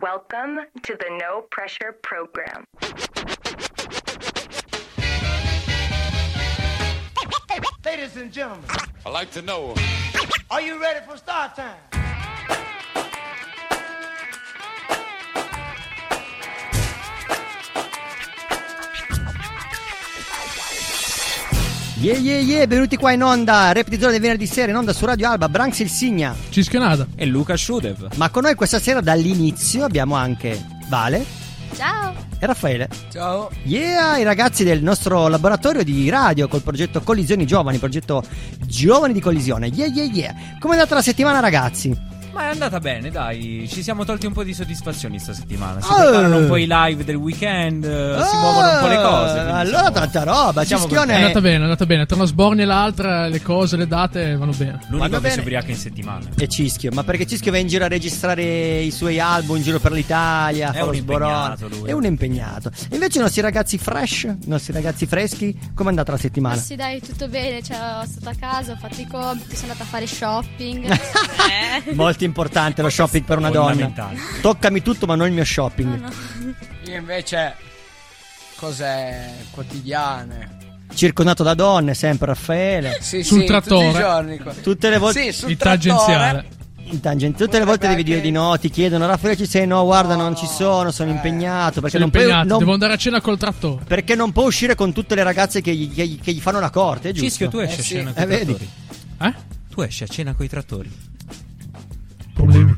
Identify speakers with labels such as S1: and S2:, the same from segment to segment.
S1: Welcome to the No Pressure Program.
S2: Ladies and gentlemen,
S3: I'd like to know,
S2: are you ready for start time?
S4: Yeah, benvenuti qua in onda, Rap di Zona del venerdì sera, in onda su Radio Alba, Branks il Signa,
S5: Cischionata
S6: e Luca Shudev.
S4: Ma con noi questa sera dall'inizio abbiamo anche Vale.
S7: Ciao.
S4: E Raffaele.
S6: Ciao.
S4: Yeah, i ragazzi del nostro laboratorio di radio col progetto Collisioni Giovani, progetto Giovani di Collisione. Yeah. Come è andata la settimana, ragazzi?
S6: Ma è andata bene, dai, ci siamo tolti un po' di soddisfazioni sta settimana. Si preparano un po' i live del weekend, si muovono un po' le cose.
S4: Allora tanta roba,
S6: diciamo
S4: Cischione.
S5: È andata bene. Tra una sbornia e l'altra le cose, le date vanno bene.
S6: L'unico che si ubriaca in settimana
S4: è Cischio, ma perché Cischio va in giro a registrare i suoi album in giro per l'Italia,
S6: è
S4: fa
S6: un
S4: lo sborone.
S6: impegnato lui.
S4: È un impegnato. Invece i nostri ragazzi fresh, i nostri ragazzi freschi, com'è andata la settimana?
S7: Sì, dai, tutto bene, sono stata a casa, ho fatto i compiti, sono andata a fare shopping.
S4: Molto importante lo shopping per una donna. Toccami tutto ma non il mio shopping.
S7: No.
S8: Io invece cose quotidiane.
S4: Circondato da donne sempre, Raffaele.
S5: Sul trattore.
S8: Tutti i giorni qua.
S4: Tutte le volte.
S8: Sì, sul
S5: Il
S8: trattore.
S5: tangenziale.
S4: Tutte le volte devi dire di no, ti chiedono Raffaele ci sei? No, guarda, non ci sono impegnato perché
S5: Sono
S4: non
S5: impegnato,
S4: puoi,
S5: devo andare a cena col trattore.
S4: perché non può uscire con tutte le ragazze che gli fanno la corte, giusto?
S6: Cischio, tu esci a cena con i
S4: vedi?
S6: trattori? Tu esci a cena con i trattori?
S5: Problemi.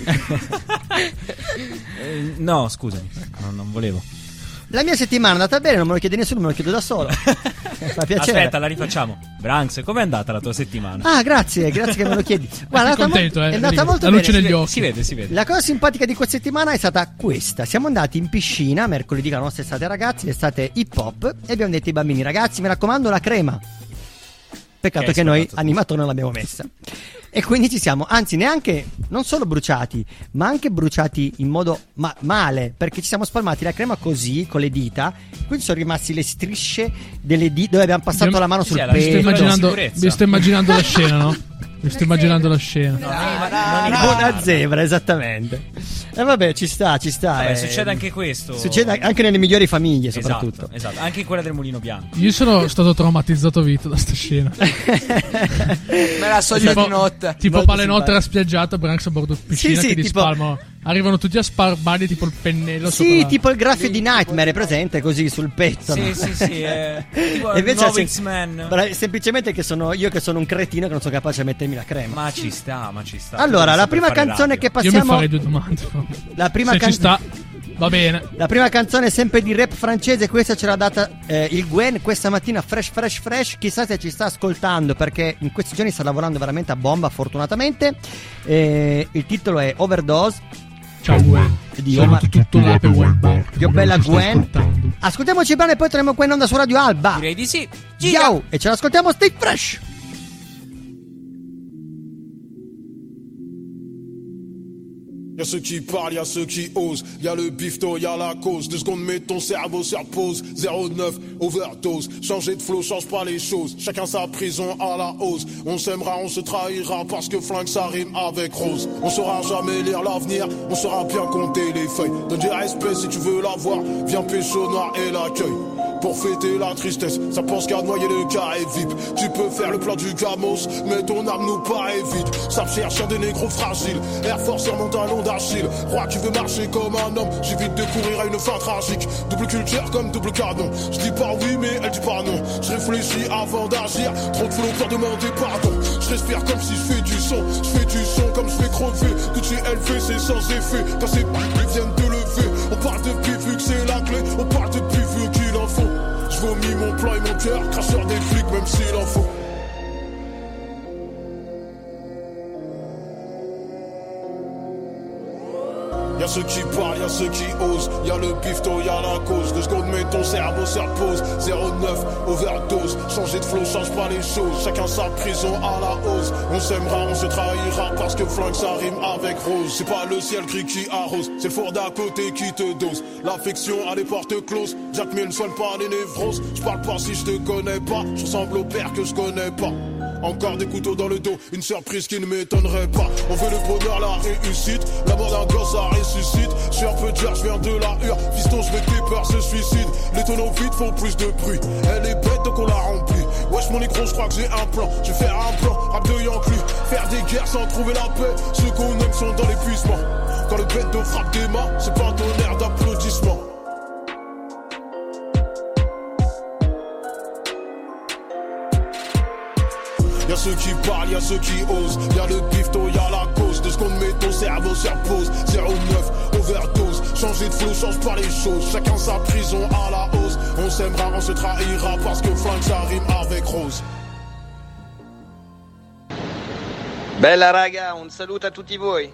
S6: No, scusami, ecco, non volevo.
S4: La mia settimana è andata bene, non me lo chiede nessuno, me lo chiedo da solo. Fa piacere.
S6: Aspetta, la rifacciamo. Branks, com'è andata la tua settimana?
S4: Ah, grazie che me lo chiedi. Guarda,
S5: Sei contento,
S4: è andata
S5: vedi,
S4: molto
S5: la luce
S4: bene.
S5: negli occhi.
S6: Si vede.
S4: La cosa simpatica di questa settimana è stata questa. Siamo andati in piscina mercoledì con la nostra estate ragazzi, l'estate hip hop, e abbiamo detto ai bambini: ragazzi, mi raccomando la crema. Peccato che noi animato non l'abbiamo messa. E quindi ci siamo, anzi neanche, non solo bruciati, ma anche bruciati in modo male, perché ci siamo spalmati la crema così, con le dita, quindi sono rimasti le strisce delle dita dove abbiamo passato la mano sul petto.
S5: Mi sto immaginando la scena, no? Mi sto immaginando la scena.
S4: Una zebra, esattamente. E vabbè, ci sta.
S6: Vabbè, succede anche questo.
S4: Succede anche nelle migliori famiglie, soprattutto.
S6: Esatto, anche in quella del Mulino Bianco.
S5: Io sono stato traumatizzato vita da sta scena.
S8: Me la soglia di notte.
S5: Tipo palenottera spiaggiata, Branks a bordo piscina
S4: Sì,
S5: che ti
S4: tipo...
S5: spalmano. Arrivano tutti a sparbarli tipo il pennello.
S4: Sì,
S5: sopra.
S4: tipo il graffio di Nightmare, è presente così sul petto.
S6: Sì,
S4: no?
S6: Tipo
S4: E invece
S6: nuovo X-Men.
S4: semplicemente che sono io che sono un cretino che non sono capace di mettermi la crema.
S6: Ma ci sta.
S4: Allora, la prima canzone che passiamo.
S5: Io mi farei due domande.
S4: La prima
S5: Se ci sta, va bene.
S4: La prima canzone è sempre di rap francese. Questa ce l'ha data il Gwen questa mattina, fresh. Chissà se ci sta ascoltando, perché in questi giorni sta lavorando veramente a bomba, fortunatamente. Il titolo è Overdose.
S5: Ciao Gwen.
S4: Di
S5: Sono tutto là per Gwen.
S4: Dio bella Gwen. Ascoltiamoci il brano e poi torniamo qua in onda su Radio Alba.
S6: Direi di sì.
S4: Ciao, e ce l'ascoltiamo, stay fresh.
S9: Y'a ceux qui parlent, y'a ceux qui osent. Y'a le bifto, y'a la cause. 2 secondes, mets ton cerveau sur pause. 09, overdose. Changer de flow, change pas les choses. Chacun sa prison à la hausse. On s'aimera, on se trahira parce que flingue ça rime avec rose. On saura jamais lire l'avenir, on saura bien compter les feuilles. Donne du respect si tu veux l'avoir. Viens pécho noir et l'accueil. Pour fêter la tristesse, ça pense qu'à noyer le cas est vip. Tu peux faire le plan du Gamos, mais ton âme nous paraît vide. Ça me cherche des négros fragiles. Air Force sur mon talon d'Achille. Roi qui veut marcher comme un homme, j'évite de courir à une fin tragique. Double culture comme double canon. Je dis pas oui mais elle dit pas non. Je réfléchis avant d'agir. Trop de flow pour demander pardon. Je respire comme si je fais du son. Je fais du son comme je fais crever. Gucci LV c'est sans effet. Quand ces p***s viennent de lever. On parle de pif vu que c'est la clé. On parle de pif vu qu'il en faut. Je vomis mon plan et mon cœur, cracheur des flics même s'il en faut. Y'a ceux qui parlent, y'a ceux qui osent. Y'a le bifto, y'a la cause. 2 secondes, mets ton cerveau sur pause. 09, overdose. Changer de flow, change pas les choses. Chacun sa prison à la hausse. On s'aimera, on se trahira parce que flingue ça rime avec rose. C'est pas le ciel gris qui arrose, c'est le four d'à côté qui te dose. L'affection a des portes closes. Jack Mill ne soigne pas les névroses. Je parle pas si je te connais pas. Je ressemble au père que je connais pas. Encore des couteaux dans le dos, une surprise qui ne m'étonnerait pas. On veut le bonheur, la réussite, la mort d'un gosse, ça ressuscite. Je suis un peu dur, je viens de la hure. Fiston, je mets tes peurs, se suicide. Les tonneaux vides font plus de bruit. Elle est bête, donc on la remplit. Wesh, mon négro, je crois que j'ai un plan. Je vais faire un plan, rap de Yankee. Faire des guerres sans trouver la paix. Ceux qu'on aime sont dans l'épuisement. Quand le bête de frappe des mains, c'est pas un tonnerre d'applaudissements. Y'a ceux qui parlent, y'a ceux qui osent. Y'a le pifto, y'a la cause. 2 secondes, mais ton cerveau sur pause. 0,9, overdose. Changer de flow, change pas les choses. Chacun sa prison à la hausse. On s'aimera, on se trahira. Parce que flingue, ça rime avec rose.
S3: Bella raga, un saluto a tutti voi.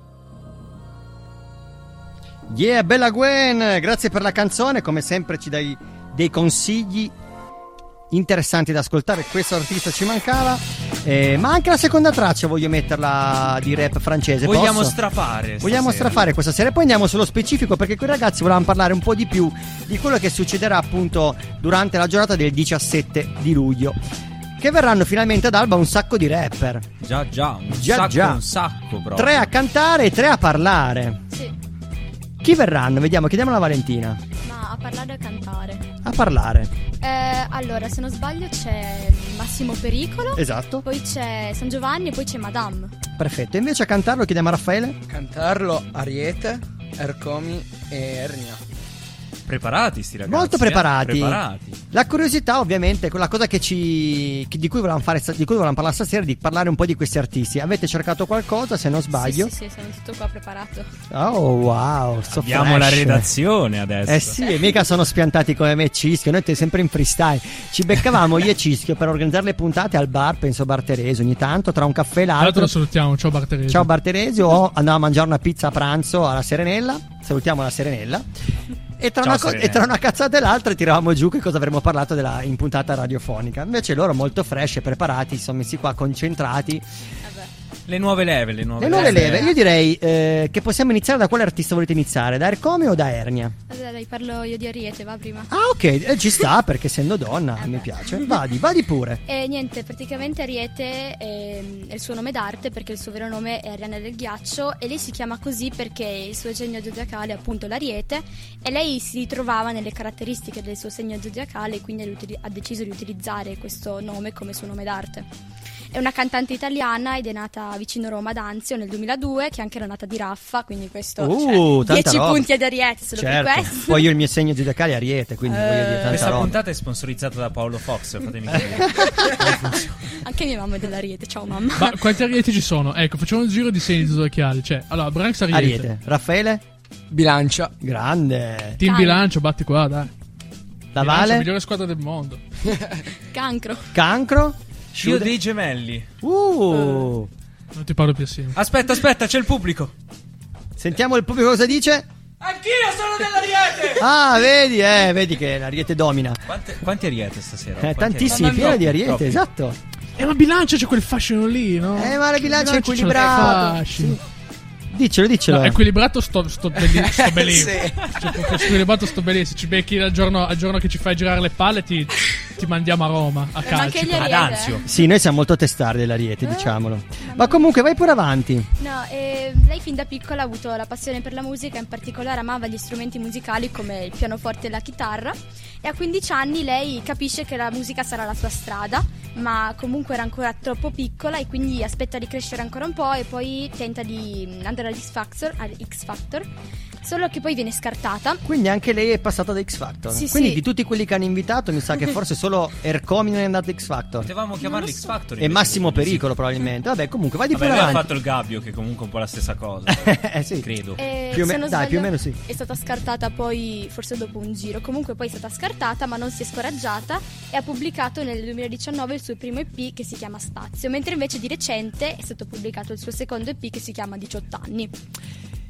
S4: Yeah, bella Gwen, grazie per la canzone. Come sempre ci dai dei consigli interessanti da ascoltare. Questo artista ci mancava, ma anche la seconda traccia voglio metterla di rap francese.
S6: Vogliamo strafare
S4: questa sera. E poi andiamo sullo specifico, perché quei ragazzi volevano parlare un po' di più di quello che succederà appunto durante la giornata del 17 di luglio, che verranno finalmente ad Alba un sacco di rapper.
S6: Un sacco proprio.
S4: 3 a cantare e 3 a parlare.
S7: Sì.
S4: Chi verranno? Vediamo, chiediamo alla Valentina.
S7: Ma a parlare o a cantare?
S4: A parlare.
S7: Allora, se non sbaglio c'è Massimo Pericolo.
S4: Esatto.
S7: Poi c'è San Giovanni e poi c'è Madame.
S4: Perfetto. Invece a cantarlo chiediamo a Raffaele.
S8: Cantarlo Ariete, Ercomi e Ernia.
S6: Preparati sti ragazzi.
S4: Molto preparati.
S6: Preparati.
S4: La curiosità, ovviamente, quella cosa di cui volevamo parlare stasera, di parlare un po' di questi artisti. Avete cercato qualcosa, se non sbaglio?
S7: Sì, sono tutto qua preparato.
S4: Oh wow,
S6: Abbiamo la redazione adesso.
S4: Sì, e mica sono spiantati come me e Cischio. Noi siamo sempre in freestyle. Ci beccavamo io e Cischio per organizzare le puntate al bar, penso Bar Teresio, ogni tanto, tra un caffè e
S5: Tra l'altro
S4: l'altro.
S5: lo salutiamo, ciao Bar Teresio.
S4: Ciao Bar Teresio. O andavamo a mangiare una pizza a pranzo alla Serenella. Salutiamo la Serenella. E tra una cazzata e l'altra tiravamo giù che cosa avremmo parlato in puntata radiofonica. Invece loro molto fresh e preparati, si sono messi qua concentrati.
S6: Le nuove leve.
S4: Io direi che possiamo iniziare. Da quale artista volete iniziare? Da Ercome o da Ernia?
S7: Allora, dai, parlo io di Ariete, va prima.
S4: Ah ok, ci sta, perché essendo donna mi piace. Vadi pure.
S7: E niente, praticamente Ariete è il suo nome d'arte, perché il suo vero nome è Arianna del Ghiaccio, e lei si chiama così perché il suo segno zodiacale è appunto l'Ariete, e lei si ritrovava nelle caratteristiche del suo segno zodiacale, e quindi ha deciso di utilizzare questo nome come suo nome d'arte. È una cantante italiana ed è nata vicino Roma ad Anzio nel 2002, che anche era nata di Raffa, quindi questo 10 punti ad Ariete solo per questo.
S4: Poi io il mio segno zodiacale è Ariete, quindi voglio dire tanta
S6: questa
S4: roba.
S6: puntata è sponsorizzata da Paolo Fox, fatemi capire.
S7: Anche mia mamma è dell'Ariete, ciao mamma.
S5: Ma quanti Arieti ci sono? Ecco, facciamo un giro di segni zodiacali. Cioè, allora, Branks Ariete.
S4: Raffaele?
S8: Bilancia.
S4: Grande.
S5: Team Bilancio, batti qua, dai.
S4: La
S5: Bilancia,
S4: Vale?
S5: migliore squadra del mondo.
S4: Cancro?
S6: Io dei gemelli.
S5: Non ti parlo più assieme.
S6: Aspetta, c'è il pubblico.
S4: Sentiamo il pubblico cosa dice.
S6: Anch'io sono dell'Ariete.
S4: Ah, vedi che l'Ariete domina.
S6: Quanti Ariete stasera?
S4: Tantissimi, pieno di Ariete,
S6: troppi.
S4: esatto.
S5: Ma Bilancia c'è quel fascino lì, no?
S4: Ma la Bilancia è
S5: c'è
S4: equilibrato.
S5: fascino.
S4: Diccelo.
S5: No, equilibrato sto benissimo.
S8: Sì.
S5: Cioè, proprio equilibrato sto benissimo. Ci becchi al giorno che ci fai girare le palle, ti mandiamo a Roma a calcio.
S7: anche gli
S6: Ad
S7: Ariete.
S6: Anzio.
S4: Sì, noi siamo molto testardi dell'Ariete, diciamolo. Ma comunque vai pure avanti.
S7: No, lei fin da piccola ha avuto la passione per la musica, in particolare amava gli strumenti musicali come il pianoforte e la chitarra, e a 15 anni lei capisce che la musica sarà la sua strada, ma comunque era ancora troppo piccola e quindi aspetta di crescere ancora un po' e poi tenta di andare all'X Factor, solo che poi viene scartata.
S4: Quindi anche lei è passata da X Factor.
S7: Sì,
S4: Quindi
S7: sì.
S4: di tutti quelli che hanno invitato mi sa che forse solo Ercomi non è andato a X Factor.
S6: Potevamo chiamarli X Factor.
S4: E Massimo Pericolo probabilmente. Vabbè, comunque vai di
S6: Vabbè,
S4: pure
S6: lui ha
S4: avanti.
S6: fatto il Gabbio, che è comunque un po' la stessa cosa.
S4: Sì.
S6: Credo.
S4: Più o
S7: Se
S4: me-
S7: non
S4: dai,
S7: sbaglio,
S4: più o meno sì.
S7: È stata scartata poi, forse dopo un giro. Comunque poi è stata scartata, ma non si è scoraggiata e ha pubblicato nel 2019 il suo primo EP che si chiama Spazio, mentre invece di recente è stato pubblicato il suo secondo EP che si chiama 18 anni.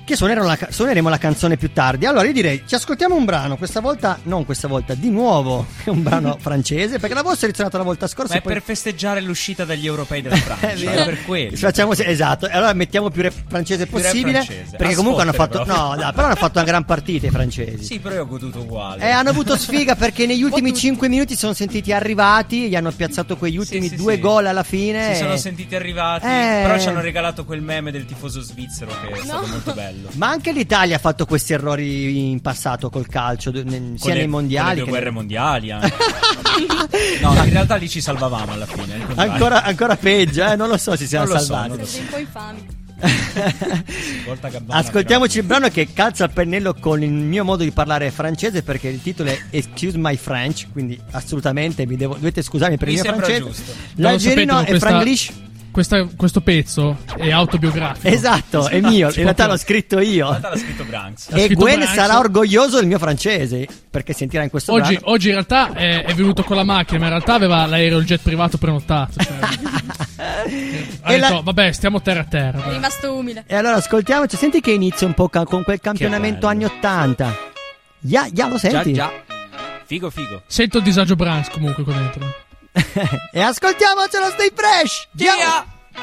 S4: che suoneremo la canzone più tardi. Allora io direi ci ascoltiamo un brano, non questa volta di nuovo un brano francese, perché l'avevo selezionato la volta scorsa.
S6: Ma è per festeggiare l'uscita dagli europei della Francia, è per quello.
S4: Esatto, e allora mettiamo più francese possibile, perché comunque hanno fatto però hanno fatto una gran partita i francesi.
S6: Sì, però io ho goduto uguale.
S4: Hanno avuto sfiga perché negli ultimi 5 minuti si sono sentiti arrivati, gli hanno piazzato quegli ultimi 2 gol alla fine.
S6: Si sono sentiti arrivati, però ci hanno regalato quel meme del tifoso svizzero che è stato molto bello.
S4: Ma anche l'Italia ha fatto questi errori in passato col calcio, sia nei mondiali
S6: con le 2 guerre mondiali anche. No, in realtà lì ci salvavamo alla fine.
S4: Ancora peggio, non lo so se siamo salvati.
S7: Siete un po' infami.
S4: Ascoltiamoci il brano che calza a pennello con il mio modo di parlare francese, perché il titolo è Excuse My French, quindi assolutamente dovete scusarmi per il mio francese.
S6: Giusto.
S4: L'algerino è franglish.
S5: Questo pezzo è autobiografico.
S4: Esatto, è mio. In realtà l'ho scritto io.
S6: In realtà l'ha scritto Branks.
S4: E Gwen sarà orgoglioso del mio francese, perché sentirà in questo brano.
S5: Oggi in realtà è venuto con la macchina, ma in realtà aveva l'aereo, il jet privato prenotato. Ha detto, vabbè, stiamo terra a terra.
S7: È rimasto umile.
S4: E allora ascoltiamoci, senti che inizia un po' con quel campionamento anni 80. Lo senti?
S6: Già. Figo.
S5: Sento il disagio Branks comunque qua dentro.
S4: E ascoltiamocelo, Stay Fresh.
S6: Yeah.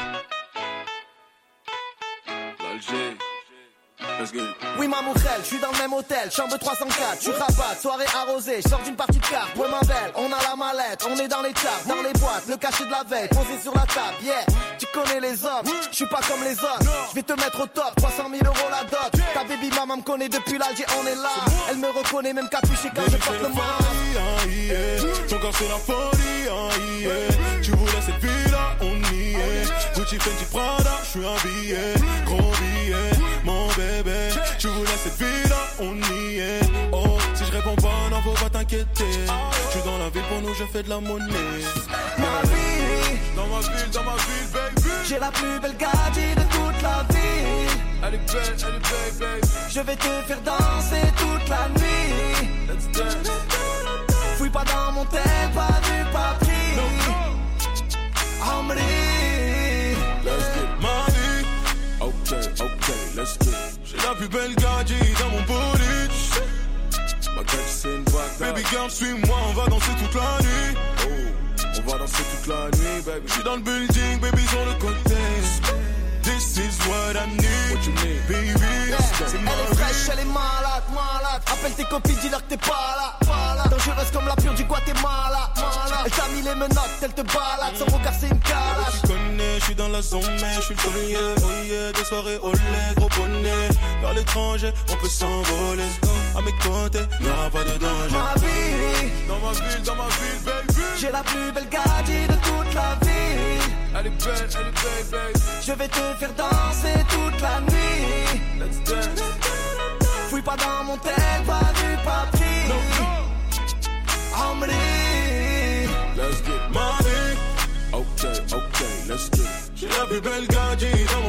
S2: Oui Mamoudel, je suis dans le même hôtel, chambre 304, je suis rabat, soirée arrosée, je sors d'une partie de cartes, ouais ma belle, on a la mallette, on est dans les charts, dans les boîtes, le cachet de la veille, posé sur la table, yeah, tu connais les hommes, je suis pas comme les autres, je vais te mettre au top, 300 000 € la dot, ta baby maman me connaît depuis l'Alger, on est là, elle me reconnaît même capuché quand je porte le masque.
S9: Ton corps c'est la folie, tu voulais cette vie-là, on y est, Gucci, Fendi, Prada, je suis habillé, gros billet, mon bébé, tu voulais cette vie-là, on y est. Oh, si je réponds pas, non faut pas t'inquiéter. Je suis dans la ville, pour nous je fais de la monnaie.
S2: Ma vie,
S9: dans ma ville, baby.
S2: J'ai la plus belle gadget de toute la ville.
S9: Elle est belle, baby.
S2: Je vais te faire danser toute la nuit.
S9: Let's dance.
S2: Fouille pas dans mon tel, pas vu, pas pris. Amri,
S9: let's get ma vie. Ok, let's get. J'ai la plus belle gadget dans mon bolide. Ma gadget c'est une vague. Baby girl, suis-moi, on va danser toute la nuit. Oh, on va danser toute la nuit, baby. J'suis dans le building, baby sur le côté. This is what I need. What you need, baby?
S2: Yeah. Elle est fraîche, elle est malade. Appelle tes copines, dis-leur que t'es pas là. Dangereuse comme la pure du Guatemala. Elle t'a mis les menottes, elle te balade. Son regard c'est une calage.
S9: Tu connais, j'suis dans la zone, mais j'suis le premier. Oh yeah, des soirées au lait, gros bonnet. Vers l'étranger, on peut s'envoler. À mes côtés, y'aura pas de danger.
S2: Ma vie,
S9: dans ma ville, baby.
S2: J'ai la plus belle gadget de toute la ville.
S9: Elle est belle, baby.
S2: Je vais te faire danser toute la nuit.
S9: Let's dance.
S2: Fouille pas dans mon tel, pas vu, pas pris. Amri,
S9: let's get ma vie. Ok, let's get. J'ai la plus belle gadget dans mon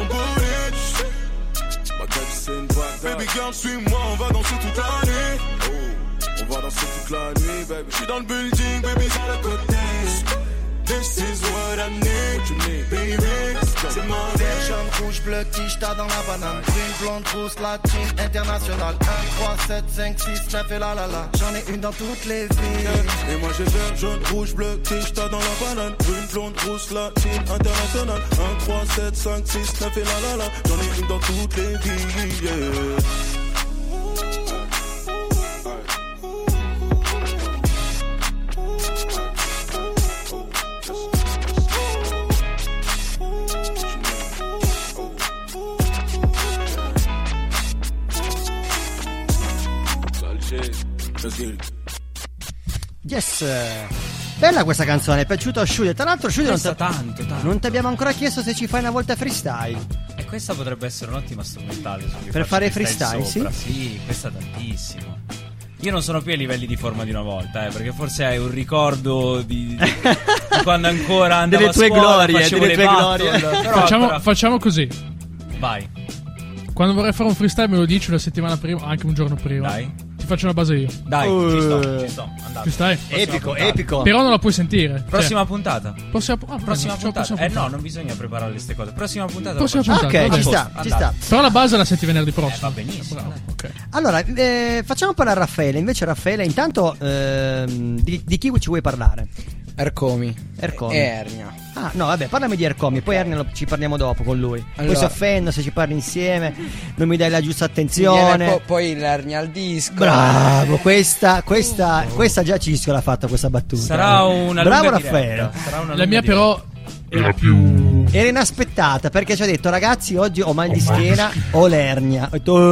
S9: bullet. Ma gadget c'est une vague. Baby girl, suis-moi, on va danser toute la nuit. Oh, on va danser toute la nuit, baby. J'suis dans le building, baby, sur le côté. This is what I need. What you need, baby? C'est ma vie.
S2: jaune, rouge, bleu, tige, t'as dans la banane. Brune, blonde, rousse, latine, internationale. 1, 3, 7, 5, 6, 9 et la. J'en ai une dans toutes les villes.
S9: Et moi j'ai vert, jaune, rouge, bleu, tige, t'as dans la banane. Brune, blonde, rousse, latine, internationale. 1, 3, 7, 5, 6, 9 et la. J'en ai une dans toutes les villes, yeah.
S4: Yes, bella questa canzone, è piaciuta a Shude. Tra l'altro Shude
S6: tanto.
S4: Non ti abbiamo ancora chiesto se ci fai una volta freestyle.
S6: E questa potrebbe essere un'ottima strumentale
S4: per fare freestyle, sì?
S6: Sì, questa tantissimo. Io non sono più ai livelli di forma di una volta, perché forse hai un ricordo di quando ancora andavo
S4: delle tue
S6: a scuola,
S4: glorie,
S6: facevo
S4: delle
S6: le
S4: tue
S6: battle.
S4: glorie.
S6: Però
S5: Facciamo così.
S6: Vai.
S5: Quando vorrai fare un freestyle me lo dici una settimana prima, anche un giorno prima.
S6: Dai.
S5: Ti faccio una base io.
S6: Dai, ci sto. Andate.
S5: Ci stai?
S4: Epico.
S5: Però non la puoi sentire.
S6: Prossima puntata.
S5: Prossima
S6: puntata. No, non bisogna preparare queste cose. Prossima puntata.
S4: Ok, ci sta.
S5: Però la base la senti venerdì prossimo.
S6: Va benissimo.
S5: Bravo, okay.
S4: Allora, facciamo parlare a Raffaele. Invece Raffaele, intanto di chi ci vuoi parlare?
S8: Ercomi.
S4: E
S8: Ernia.
S4: Ah, no, vabbè, parlami di Ercomi, poi Ernia ci parliamo dopo con lui.
S8: Allora,
S4: poi si offende se ci parli insieme, non mi dai la giusta attenzione.
S8: Poi l'Ernia al disco.
S4: Bravo, questa già Cisco l'ha fatta questa battuta.
S6: Sarà una
S4: Bravo
S6: lunga
S4: Raffaele.
S5: La mia però era più...
S4: Era inaspettata perché ci ha detto: ragazzi, oggi ho mal di schiena, ho l'ernia. Ho detto,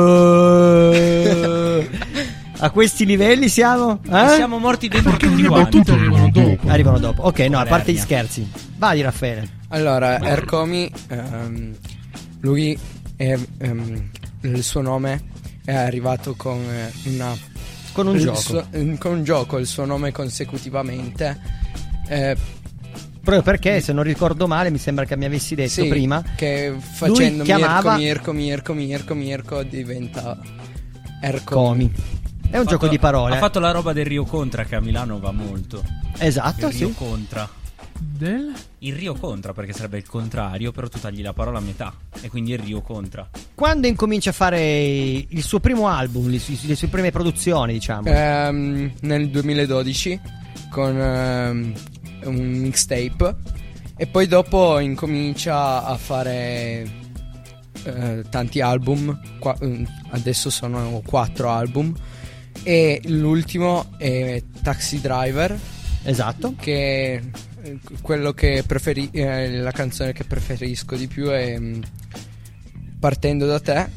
S4: a questi livelli siamo?
S6: Siamo morti dentro
S5: perché
S6: tutti
S5: le
S6: quanti.
S5: battute arrivano dopo.
S4: Ok, no, a parte gli scherzi. Vai Raffaele.
S8: Allora, Ercomi, lui il suo nome è arrivato con
S4: un gioco.
S8: Con un gioco, il suo nome consecutivamente.
S4: Proprio perché, se non ricordo male, mi sembra che mi avessi detto prima
S8: che facendo
S4: chiamava...
S8: Mirko diventa
S4: Ercomi. È un gioco di parole.
S6: Ha fatto la roba del Rio Contra, che a Milano va molto.
S4: Esatto,
S6: il Rio
S4: sì.
S6: Contra. Il Rio Contra, perché sarebbe il contrario, però tu tagli la parola a metà e quindi è il Rio Contra.
S4: Quando incomincia a fare il suo primo album, le sue prime produzioni, diciamo?
S8: Nel 2012 con un mixtape, e poi dopo incomincia a fare tanti album. Adesso sono 4 album e l'ultimo è Taxi Driver.
S4: Esatto.
S8: Che quello che la canzone che preferisco di più è Partendo da te.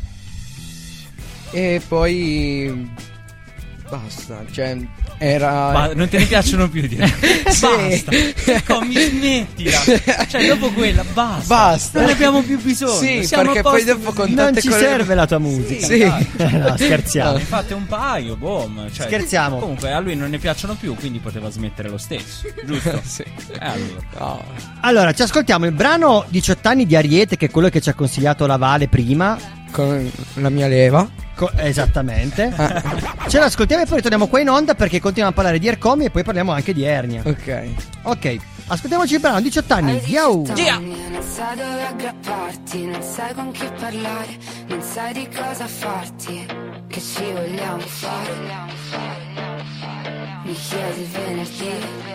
S8: E poi basta, cioè era
S6: non te ne piacciono più dire. Basta. Mi smettila. Cioè dopo quella basta. Non ne abbiamo più bisogno.
S8: Sì,
S6: siamo
S8: perché poi dopo con
S4: non ci serve la tua musica.
S8: Sì.
S4: No, scherziamo.
S6: Ne fate un paio, boom. Cioè,
S4: scherziamo.
S6: Comunque a lui non ne piacciono più, quindi poteva smettere lo stesso, giusto?
S8: Sì.
S4: Allora, ci ascoltiamo il brano 18 anni di Ariete, che è quello che ci ha consigliato la Vale prima.
S8: Con la mia leva.
S4: Esattamente. Ce l'ascoltiamo e poi ritorniamo qua in onda, perché continuiamo a parlare di Ercomi e poi parliamo anche di Ernia. Ok, ascoltiamoci il brano 18 anni. Yo!
S10: Non sai dove aggrapparti, non sai con chi parlare, non sai di cosa farti, che ci vogliamo fare. Mi chiedi il venerdì.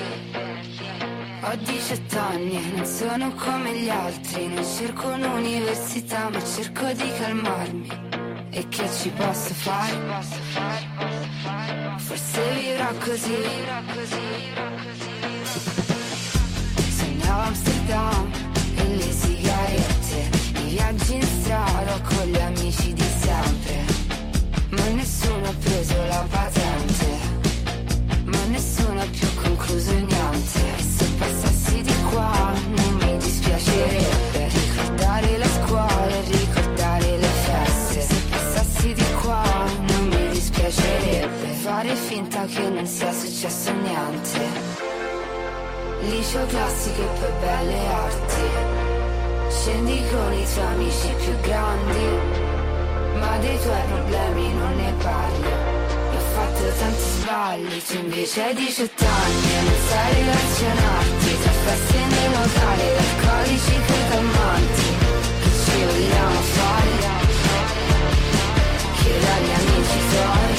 S10: Ho 18 anni, non sono come gli altri, non cerco un'università ma cerco di calmarmi. E che ci posso fare? Forse vivrò così. Sognavo Amsterdam e le sigarette, i viaggi in strada con gli amici di sempre. Ma nessuno ha preso la patente, ma nessuno ha più concluso niente. E se passassi di qua non mi dispiacerebbe ricordare la scuola e ricordare le feste. Se passassi di qua non mi dispiacerebbe fare finta che non sia successo niente. Liceo classico e poi belle arti, scendi con i tuoi amici più grandi, ma dei tuoi problemi non ne parli. Ho fatto tanti sbagli, tu invece hai 18 anni e non sai relazionarti, tra feste nei locali, alcolici coi calmanti. Che ci vogliamo fare? Chiedo agli amici tuoi.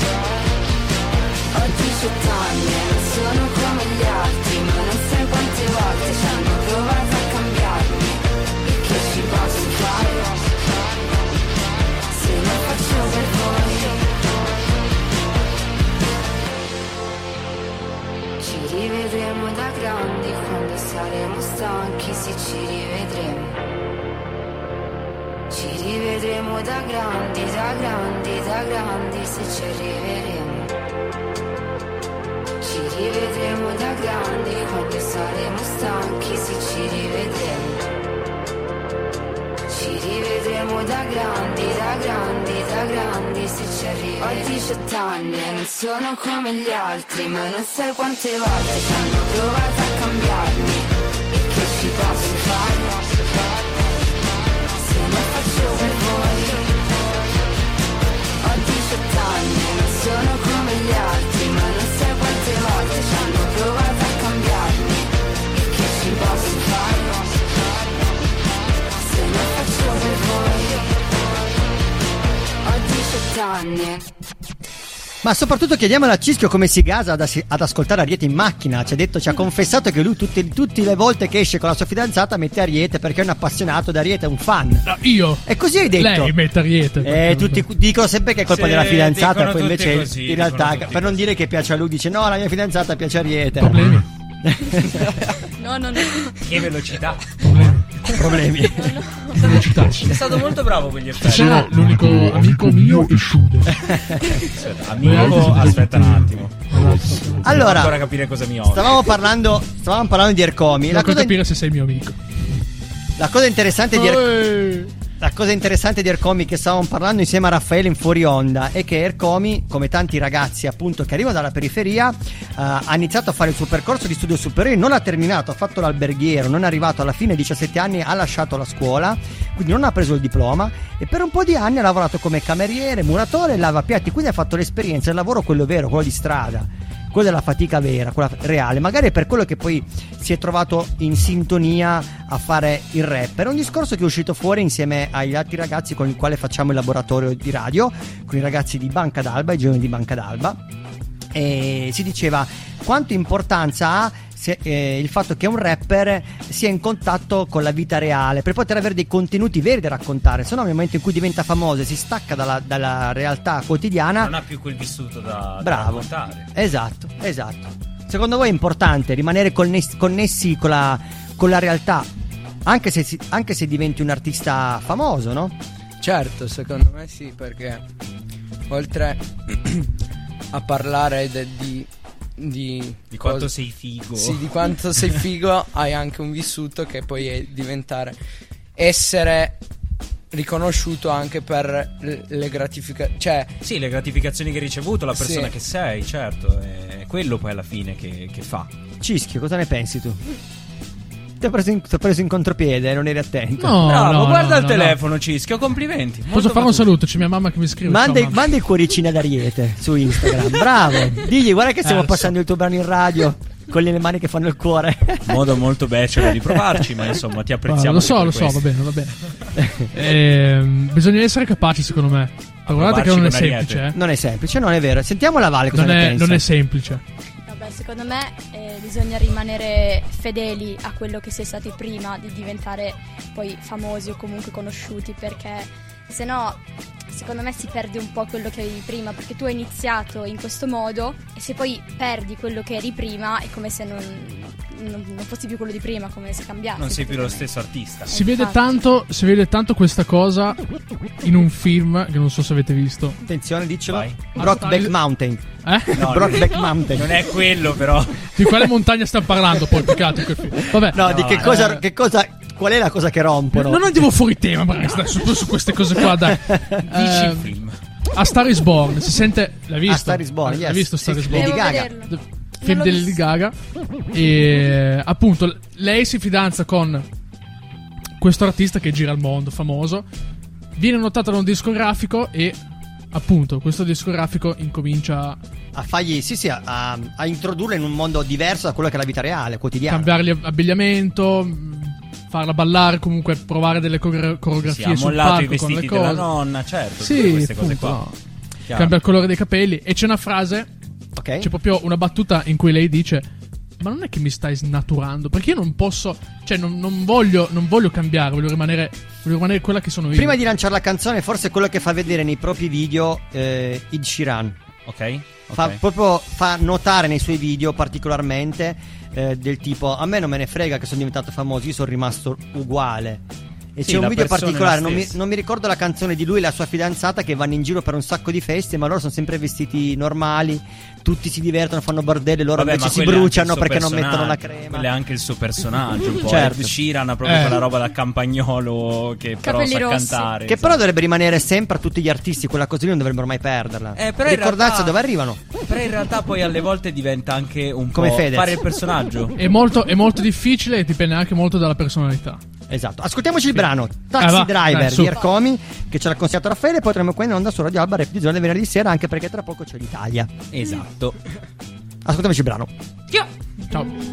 S10: Ho 18 anni e non sono come gli altri, ma non sai quante volte ci hanno provato a cambiarmi. E che ci posso fare se non faccio per voi? Ci rivedremo da grandi quando saremo stanchi, sì ci rivedremo. Ci rivedremo da grandi, da grandi, da grandi, se ci arriveremo. Ci rivedremo da grandi quando saremo stanchi, sì ci rivedremo. Ci rivedremo da grandi, da grandi, da grandi, se ci arriveremo. Ho 18 anni e non sono come gli altri, ma non sai quante volte ci hanno provato a cambiarmi. E che ci posso fare se non faccio per voi? Ho 18 anni e non anni.
S4: Ma soprattutto chiediamolo a Cischio come si gasa ad ascoltare Ariete in macchina. Ci ha confessato che lui tutte le volte che esce con la sua fidanzata mette Ariete perché è un appassionato di Ariete, è un fan.
S5: No, io.
S4: E così hai detto.
S5: Lei mette Ariete.
S4: Tutti dicono sempre che è colpa della fidanzata, poi invece
S6: così,
S4: in realtà per non
S6: così.
S4: dire che piace a lui dice no, la mia fidanzata piace Ariete.
S5: Problemi.
S7: No.
S6: Che velocità.
S4: Problemi.
S5: Velocità.
S6: È stato molto bravo con gli effetti.
S5: Sono l'unico amico mio e Shude.
S6: Aspetta, amico, aspetta un attimo. Devo
S4: Allora,
S6: ancora capire cosa mi offre.
S4: stavamo parlando di Ercomi.
S5: Non puoi capire se sei mio amico.
S4: La cosa interessante di Ercomi che stavamo parlando insieme a Raffaele in fuori onda è che Ercomi, come tanti ragazzi appunto che arrivano dalla periferia, ha iniziato a fare il suo percorso di studio superiore, non ha terminato, ha fatto l'alberghiero, non è arrivato alla fine, 17 anni, ha lasciato la scuola, quindi non ha preso il diploma e per un po' di anni ha lavorato come cameriere, muratore e lavapiatti, quindi ha fatto l'esperienza, il lavoro quello vero, quello di strada. Quella è la fatica vera, quella reale. Magari è per quello che poi si è trovato in sintonia a fare il rapper. È un discorso che è uscito fuori insieme agli altri ragazzi con i quali facciamo il laboratorio di radio, con i ragazzi di Banca d'Alba, i giovani di Banca d'Alba. E si diceva quanto importanza ha il fatto che un rapper sia in contatto con la vita reale per poter avere dei contenuti veri da raccontare, se no nel momento in cui diventa famoso e si stacca dalla realtà quotidiana
S6: non ha più quel vissuto da raccontare.
S4: Esatto. Secondo voi è importante rimanere connessi con la realtà anche se diventi un artista famoso, no?
S8: Certo, secondo me sì, perché oltre a parlare di
S6: quanto sei figo.
S8: Sì, di quanto sei figo, hai anche un vissuto che poi è essere riconosciuto anche per le gratificazioni, cioè
S6: sì, le gratificazioni che hai ricevuto, la persona che sei, certo, è quello poi alla fine che fa.
S4: Cischio, cosa ne pensi tu? Ti ho preso in contropiede, non eri attento.
S5: No,
S6: bravo, guarda il
S5: no.
S6: telefono, Cischio, complimenti.
S5: Posso fare un saluto? C'è mia mamma che mi scrive.
S4: Manda i cuoricini ad Ariete su Instagram. Bravo. Digli, guarda che stiamo passando il tuo brano in radio con le mani che fanno il cuore.
S6: Modo molto becero di provarci, ma insomma ti apprezziamo.
S5: Lo so, va bene. Bisogna essere capaci, secondo me. Guardate che non è semplice.
S4: Non è semplice, non è vero. Sentiamo la Vale cosa ne pensa.
S5: Non è semplice.
S7: Secondo me bisogna rimanere fedeli a quello che si è stati prima di diventare poi famosi o comunque conosciuti, perché se no secondo me si perde un po' quello che avevi prima, perché tu hai iniziato in questo modo e se poi perdi quello che eri prima è come se non fossi più quello di prima, come se cambiassi.
S6: Non sei più lo stesso artista.
S5: Si vede tanto questa cosa in un film che non so se avete visto.
S4: Attenzione, diccelo. Brokeback Mountain.
S6: No,
S4: Brokeback Mountain.
S6: Non è quello, però.
S5: Di quale montagna stiamo parlando poi? Peccato quel film. Vabbè.
S4: No, di che cosa qual è la cosa che rompono?
S5: Non andiamo fuori tema, su queste cose qua, dai.
S6: Dici il film.
S5: A Star is Born, si sente. L'hai visto?
S4: A Star is Born, yes.
S5: L'hai visto Star is Born?
S4: Lady Gaga.
S5: Film di Lady Gaga. E appunto lei si fidanza con questo artista che gira il mondo, famoso. Viene notata da un discografico e appunto questo discografico incomincia
S4: a fargli a introdurla in un mondo diverso da quello che è la vita reale, quotidiana.
S5: Cambiargli abbigliamento, farla ballare, comunque provare delle coreografie sul palco
S6: i vestiti
S5: con le cose
S6: della nonna, certo,
S5: sì,
S6: tutte queste
S5: appunto,
S6: cose qua.
S5: Cambia il colore dei capelli e c'è una frase,
S4: okay.
S5: C'è proprio una battuta in cui lei dice: ma non è che mi stai snaturando, perché io non posso, cioè non voglio cambiare, voglio rimanere quella che sono io.
S4: Prima di lanciare la canzone, forse quello che fa vedere nei propri video Ed Sheeran.
S6: Ok.
S4: Fa notare nei suoi video particolarmente del tipo: a me non me ne frega che sono diventato famoso, io sono rimasto uguale. E
S6: sì,
S4: c'è un video particolare, non mi ricordo la canzone di lui e la sua fidanzata che vanno in giro per un sacco di feste, ma loro sono sempre vestiti normali, tutti si divertono, fanno bordelli, loro invece si bruciano perché non mettono la crema.
S6: Quello è anche il suo personaggio, un po'.
S4: Certo.
S6: Ed Sheeran ha proprio quella roba da campagnolo che però sa cantare.
S4: Che però dovrebbe rimanere sempre a tutti gli artisti, quella cosa lì non dovrebbero mai perderla. Ricordarsi dove arrivano.
S6: Però in realtà poi alle volte diventa anche un
S4: come
S6: po'
S4: Fedez.
S6: fare il personaggio.
S5: È molto difficile e dipende anche molto dalla personalità.
S4: Esatto, ascoltiamoci il brano Taxi Driver di Ercomi che ce l'ha consigliato Raffaele. Poi torniamo qui in onda su Radio Alba Rap di Zone venerdì sera, anche perché tra poco c'è l'Italia.
S6: Esatto.
S4: Ascoltiamoci il brano.
S5: Ciao.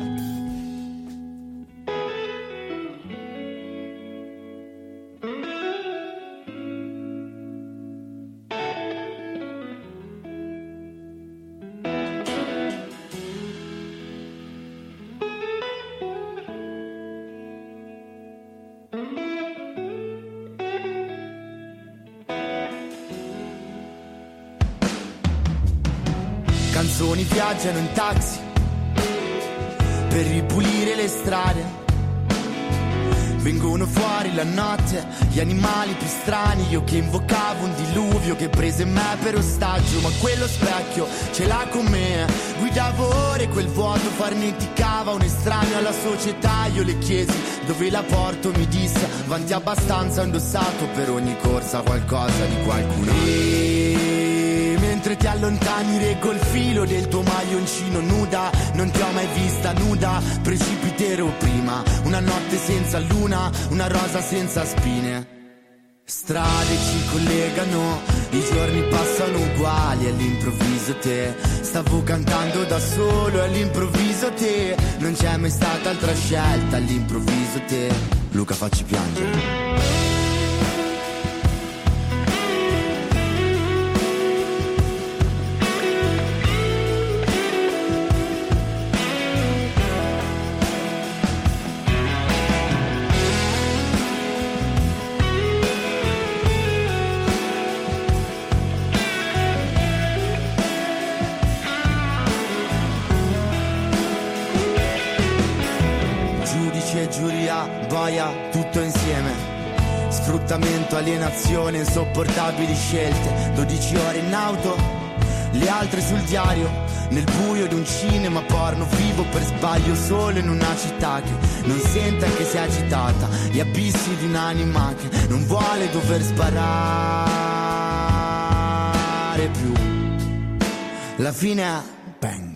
S2: persone viaggiano in taxi per ripulire le strade. Vengono fuori la notte gli animali più strani. Io che invocavo un diluvio che prese me per ostaggio, ma quello specchio ce l'ha con me. Guidavo ore quel vuoto, farneticava un estraneo alla società. Io le chiesi dove la porto, mi disse avanti abbastanza, ho indossato per ogni corsa qualcosa di qualcuno. E mentre ti allontani reggo il filo del tuo maglioncino nuda. Non ti ho mai vista nuda, precipiterò prima. Una notte senza luna, una rosa senza spine. Strade ci collegano, i giorni passano uguali. All'improvviso te stavo cantando da solo, all'improvviso te non c'è mai stata altra scelta. All'improvviso te Luca facci piangere. Giuria, boia, tutto insieme. Sfruttamento, alienazione, insopportabili scelte. 12 ore in auto, le altre sul diario. Nel buio di un cinema porno, vivo per sbaglio solo in una città che non sente che si è agitata. Gli abissi di un'anima che non vuole dover sparare più. La fine è bang.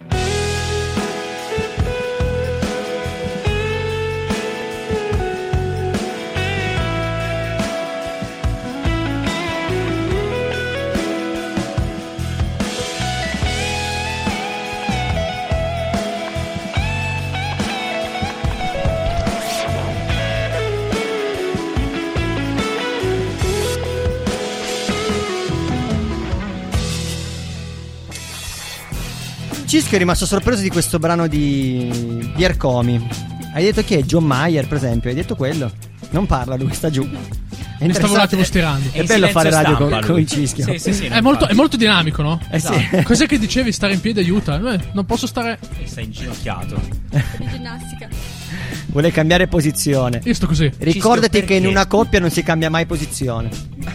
S4: Cisco è rimasto sorpreso di questo brano di Ercomi. Hai detto chi è? John Mayer, per esempio. Hai detto quello? Non parla, lui sta giù.
S5: Mi stavo un attimo stirando.
S4: È bello fare radio con il Cischio.
S5: Sì, è molto dinamico, no?
S4: Sì.
S5: Cos'è che dicevi? Stare in piedi aiuta? Non posso stare.
S6: E stai inginocchiato.
S7: Di ginnastica.
S4: Vuole cambiare posizione.
S5: Io sto così.
S4: Ricordati che in una coppia non si cambia mai posizione.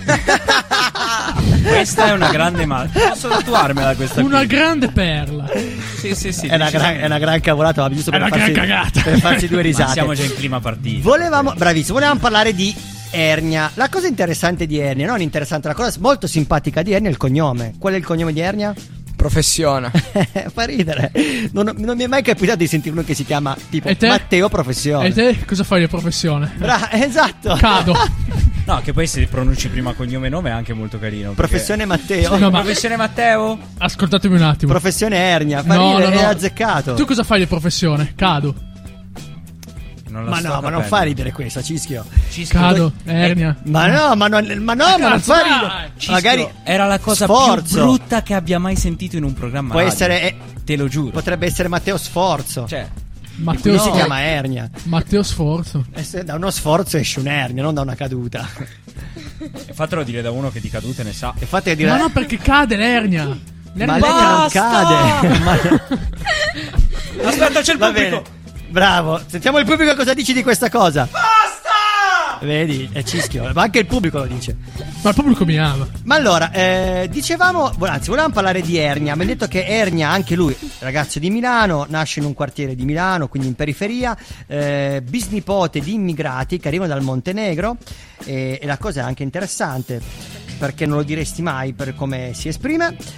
S6: Questa è una grande posso tatuarmela questa
S5: una
S6: qui.
S5: grande perla.
S6: Sì.
S4: È una gran cavolata, ma giusto per
S5: gran cagata.
S4: Per farci due risate.
S6: Ma siamo già in clima partito.
S4: Volevamo parlare di Ernia. La cosa interessante di Ernia, non interessante, la cosa molto simpatica di Ernia è il cognome. Qual è il cognome di Ernia?
S8: Professione.
S4: Fa ridere. Non mi è mai capitato di sentire uno che si chiama tipo Matteo Professione.
S5: E te cosa fai di professione?
S4: Esatto.
S5: Cado.
S6: No, che poi se pronunci prima cognome e nome è anche molto carino.
S4: Professione Matteo.
S5: No, ma...
S6: Professione Matteo.
S5: Ascoltatemi un attimo.
S4: Professione Ernia. No. È azzeccato.
S5: Tu cosa fai di professione? Cado.
S4: Ma non fa ridere questo, Cischio.
S5: Cado, Ernia.
S4: Ma non fa ridere.
S6: Cischio,
S4: magari
S6: era la cosa più brutta che abbia mai sentito in un programma.
S4: Può
S6: radio.
S4: Essere
S6: te lo giuro.
S4: Potrebbe essere Matteo Sforzo.
S6: Cioè,
S4: Matteo si chiama Ernia.
S5: Matteo Sforzo.
S4: Da uno sforzo esce un'ernia, non da una caduta.
S6: E fatelo dire da uno che di cadute ne sa.
S5: Ma no, perché cade l'ernia.
S4: Ma l'ernia non cade.
S6: Aspetta, c'è il pubblico.
S4: Bravo, sentiamo il pubblico cosa dici di questa cosa. Basta! Vedi, è Cischio, ma anche il pubblico lo dice.
S5: Ma il pubblico mi ama.
S4: Ma allora, volevamo parlare di Ernia. Abbiamo detto che Ernia, anche lui, ragazzo di Milano, nasce in un quartiere di Milano, quindi in periferia, bisnipote di immigrati che arrivano dal Montenegro, e la cosa è anche interessante, perché non lo diresti mai per come si esprime.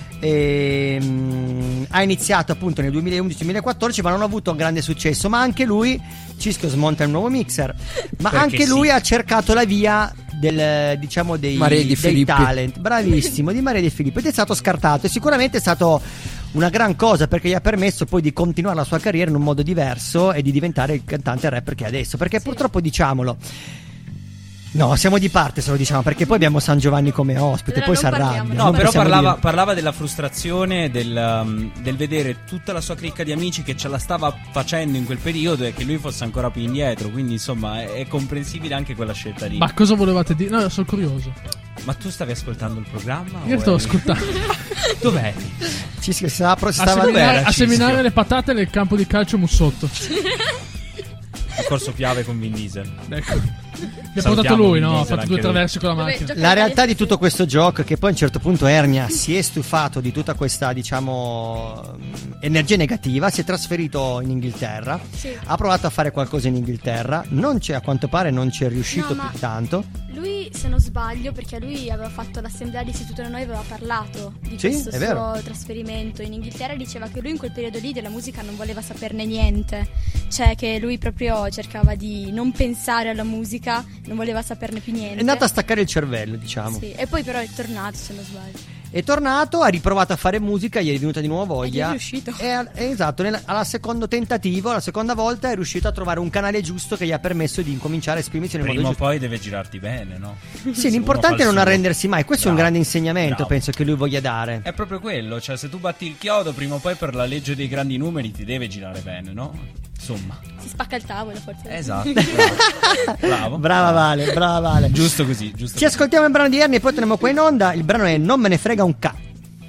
S4: Ha iniziato appunto nel 2011-2014, ma non ha avuto un grande successo. Ma anche lui, Cisco smonta il nuovo mixer, ma perché anche lui ha cercato la via dei talent. Bravissimo, di Maria Di Filippo, ed è stato scartato, e sicuramente è stato una gran cosa, perché gli ha permesso poi di continuare la sua carriera in un modo diverso e di diventare il cantante rapper che è adesso. Perché purtroppo, diciamolo, no, siamo di parte se lo diciamo, perché poi abbiamo San Giovanni come ospite, poi si arrabbia.
S6: No, però parlava della frustrazione del vedere tutta la sua cricca di amici che ce la stava facendo in quel periodo e che lui fosse ancora più indietro. Quindi insomma è comprensibile anche quella scelta lì.
S5: Ma cosa volevate dire? No, sono curioso.
S6: Ma tu stavi ascoltando il programma?
S5: Io stavo ascoltando.
S6: Dov'è?
S4: Ci si stava
S5: a seminare le patate nel campo di calcio Mussotto.
S6: Il corso Piave con Vin Diesel.
S5: Ecco. Mi ha portato lui, no? Ha fatto 2 traversi con la macchina.
S4: La realtà di tutto questo gioco è che poi a un certo punto Ernia si è stufato di tutta questa, energia negativa, si è trasferito in Inghilterra,
S7: Sì.
S4: ha provato a fare qualcosa in Inghilterra, a quanto pare non ci è riuscito
S7: No,
S4: più tanto.
S7: Lui, se non sbaglio, perché lui aveva fatto l'assemblea d'istituto da noi, aveva parlato di
S4: Sì,
S7: questo
S4: è vero.
S7: suo trasferimento in Inghilterra e diceva che lui in quel periodo lì della musica non voleva saperne niente, cioè che lui proprio cercava di non pensare alla musica, non voleva saperne più niente.
S4: È andato a staccare il cervello, diciamo.
S7: Sì, e poi però è tornato, se non sbaglio.
S4: È tornato, ha riprovato a fare musica, gli è venuta di nuovo voglia.
S7: Ed è riuscito.
S4: Esatto, alla secondo tentativo, la seconda volta è riuscito a trovare un canale giusto che gli ha permesso di incominciare a esprimersi nel modo
S6: Prima o
S4: giusto.
S6: poi deve girarti bene, no?
S4: Sì, l'importante è non arrendersi mai. Questo è un
S6: Bravo.
S4: grande insegnamento,
S6: Bravo.
S4: penso che lui voglia dare.
S6: È proprio quello, cioè se tu batti il chiodo prima o poi per la legge dei grandi numeri ti deve girare bene, no? Insomma.
S7: Si spacca il tavolo, forse.
S6: Esatto. Bravo.
S4: Brava Vale.
S6: Giusto così, giusto.
S4: Ci ascoltiamo il brano di Ernie e poi torniamo qua in onda. Il brano è Non me ne frega un ca.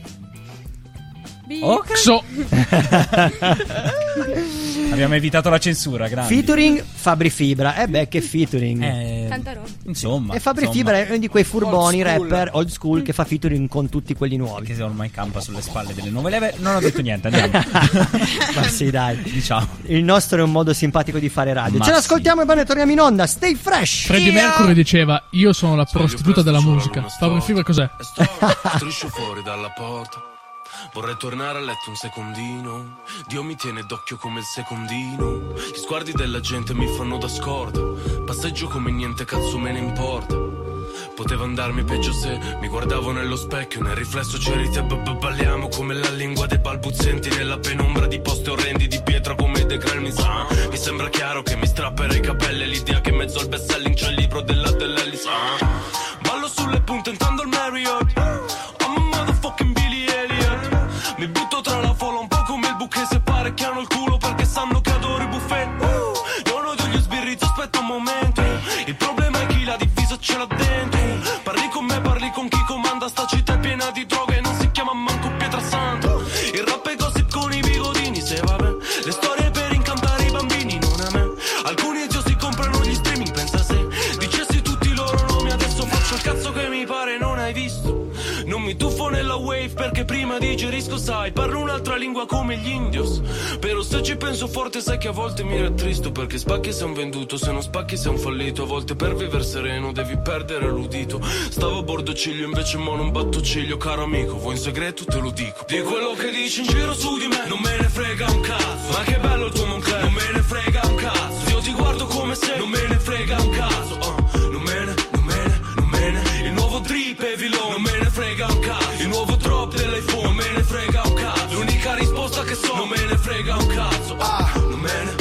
S5: Oxo.
S6: Abbiamo evitato la censura, grande.
S4: Featuring Fabri Fibra. Che featuring.
S7: Tanta roba.
S6: Insomma.
S4: E Fabri Fibra è uno di quei furboni
S8: Old school.
S4: rapper old school che fa featuring con tutti quelli nuovi.
S6: Che ormai campa sulle spalle delle nuove leve. Non ho detto niente, andiamo.
S4: Ma sì, dai.
S6: Diciamo.
S4: Il nostro è un modo simpatico di fare radio.
S6: Ma
S4: Ce
S6: sì.
S4: l'ascoltiamo e poi ne torniamo in onda. Stay fresh.
S5: Freddie Mercury diceva: io sono la prostituta della musica. Fabri Fibra cos'è?
S11: Striscio fuori dalla porta. Vorrei tornare a letto un secondino. Dio mi tiene d'occhio come il secondino. Gli sguardi della gente mi fanno da scorta. Passeggio come niente, cazzo me ne importa. Poteva andarmi peggio se mi guardavo nello specchio. Nel riflesso c'eri te, balliamo come la lingua dei balbuzienti. Nella penombra di posti orrendi di pietra come dei Gremlins. Mi sembra chiaro che mi strapperei i capelli. L'idea che in mezzo al best selling c'è il libro dell'Ellis. Ballo sulle punte intendo il Marriott. I'm a motherfucking Billy Elliot. Mi butto tra la folla un po' come il buche. Se pare che hanno il culo perché sanno che adoro i buffet. Non odio gli sbirri, aspetta un momento. Il problema è chi l'ha diviso ce l'ha dentro. Parli con me, parli con chi comanda. Sta città è piena di droga e non si chiama manco Pietrasanta. Il rap è gossip con i bigodini. Se vabbè, le storie per incantare i bambini, non a me. Alcuni zio si comprano gli streaming. Pensa se dicessi tutti i loro nomi. Adesso faccio il cazzo che mi pare, non hai visto. Non mi tuffo nella wave perché prima digerisco, sai. Parlo un'altra lingua come gli indios. Però se ci penso forte sai che a volte mi rattristo. Perché spacchi sei un venduto, se non spacchi sei un fallito. A volte per vivere sereno devi perdere l'udito. Stavo a bordo ciglio invece mo non batto ciglio. Caro amico, vuoi in segreto te lo dico. Di quello che dici in giro su di me non me ne frega un cazzo. Ma che bello il tuo Moncler, non me ne frega un cazzo. Io ti guardo come se non me ne frega un cazzo. Non me ne. Il nuovo drip e Villon, non me ne frega un cazzo. Il nuovo drop dell'iPhone, non me ne frega un cazzo. L'unica risposta che so, non me ne frega un cazzo. Non me ne.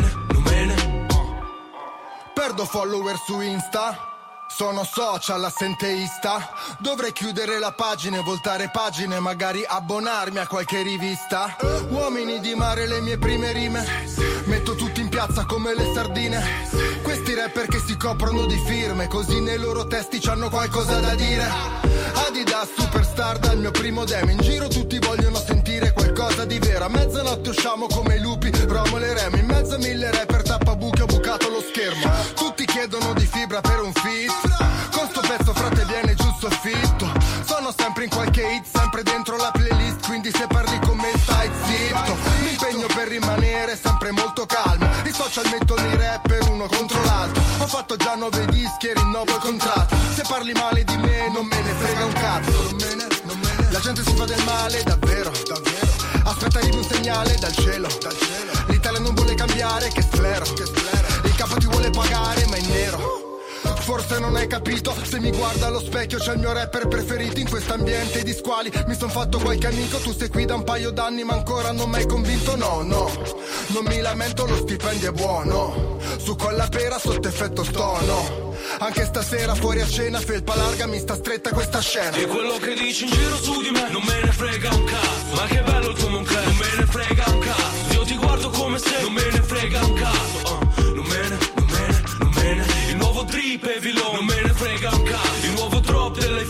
S2: Perdo follower su Insta. Sono social assenteista. Dovrei chiudere la pagina e voltare pagine, magari abbonarmi a qualche rivista. Uomini di mare, le mie prime rime. Metto tutti in piazza come le sardine. Questi rapper che si coprono di firme, così nei loro testi c'hanno qualcosa da dire. Adidas superstar dal mio primo demo. In giro tutti vogliono sentire qualcosa di vero. A mezzanotte usciamo come i lupi, Romolo e Remo. In mezzo a 1000 rapper tappabuchi ho bucato lo schermo. Tutti chiedono di fibra per un feat. Con sto pezzo frate viene giù il soffitto. Sono sempre in qualche hit, sempre dentro la playlist. Quindi se parli con me stai zitto. Mi impegno per rimanere sempre molto calmo. I social mettono i rapper uno contro l'altro. Ho fatto già 9 dischi e rinnovo il contratto. Se parli male di me non me ne frega un cazzo. Non me ne. La gente si fa del male, davvero. Aspetta arrivi un segnale dal cielo. L'Italia non vuole cambiare, che sclero. Il capo ti vuole pagare ma in nero. Forse non hai capito, se mi guarda allo specchio c'è il mio rapper preferito. In quest'ambiente di squali mi son fatto qualche amico. Tu sei qui da un paio d'anni ma ancora non mi hai convinto. No, non mi lamento, lo stipendio è buono. Su con la pera sotto effetto stono. Anche stasera fuori a cena, felpa larga, mi sta stretta questa scena.
S11: E quello che dici in giro su di me non me ne frega un cazzo. Ma che bello il tuo Moncler, non me ne frega un cazzo. Io ti guardo come se non me ne frega un cazzo. Non me ne. Il nuovo drip e Villon, non me ne frega un cazzo. Il nuovo drop dell'iPhone,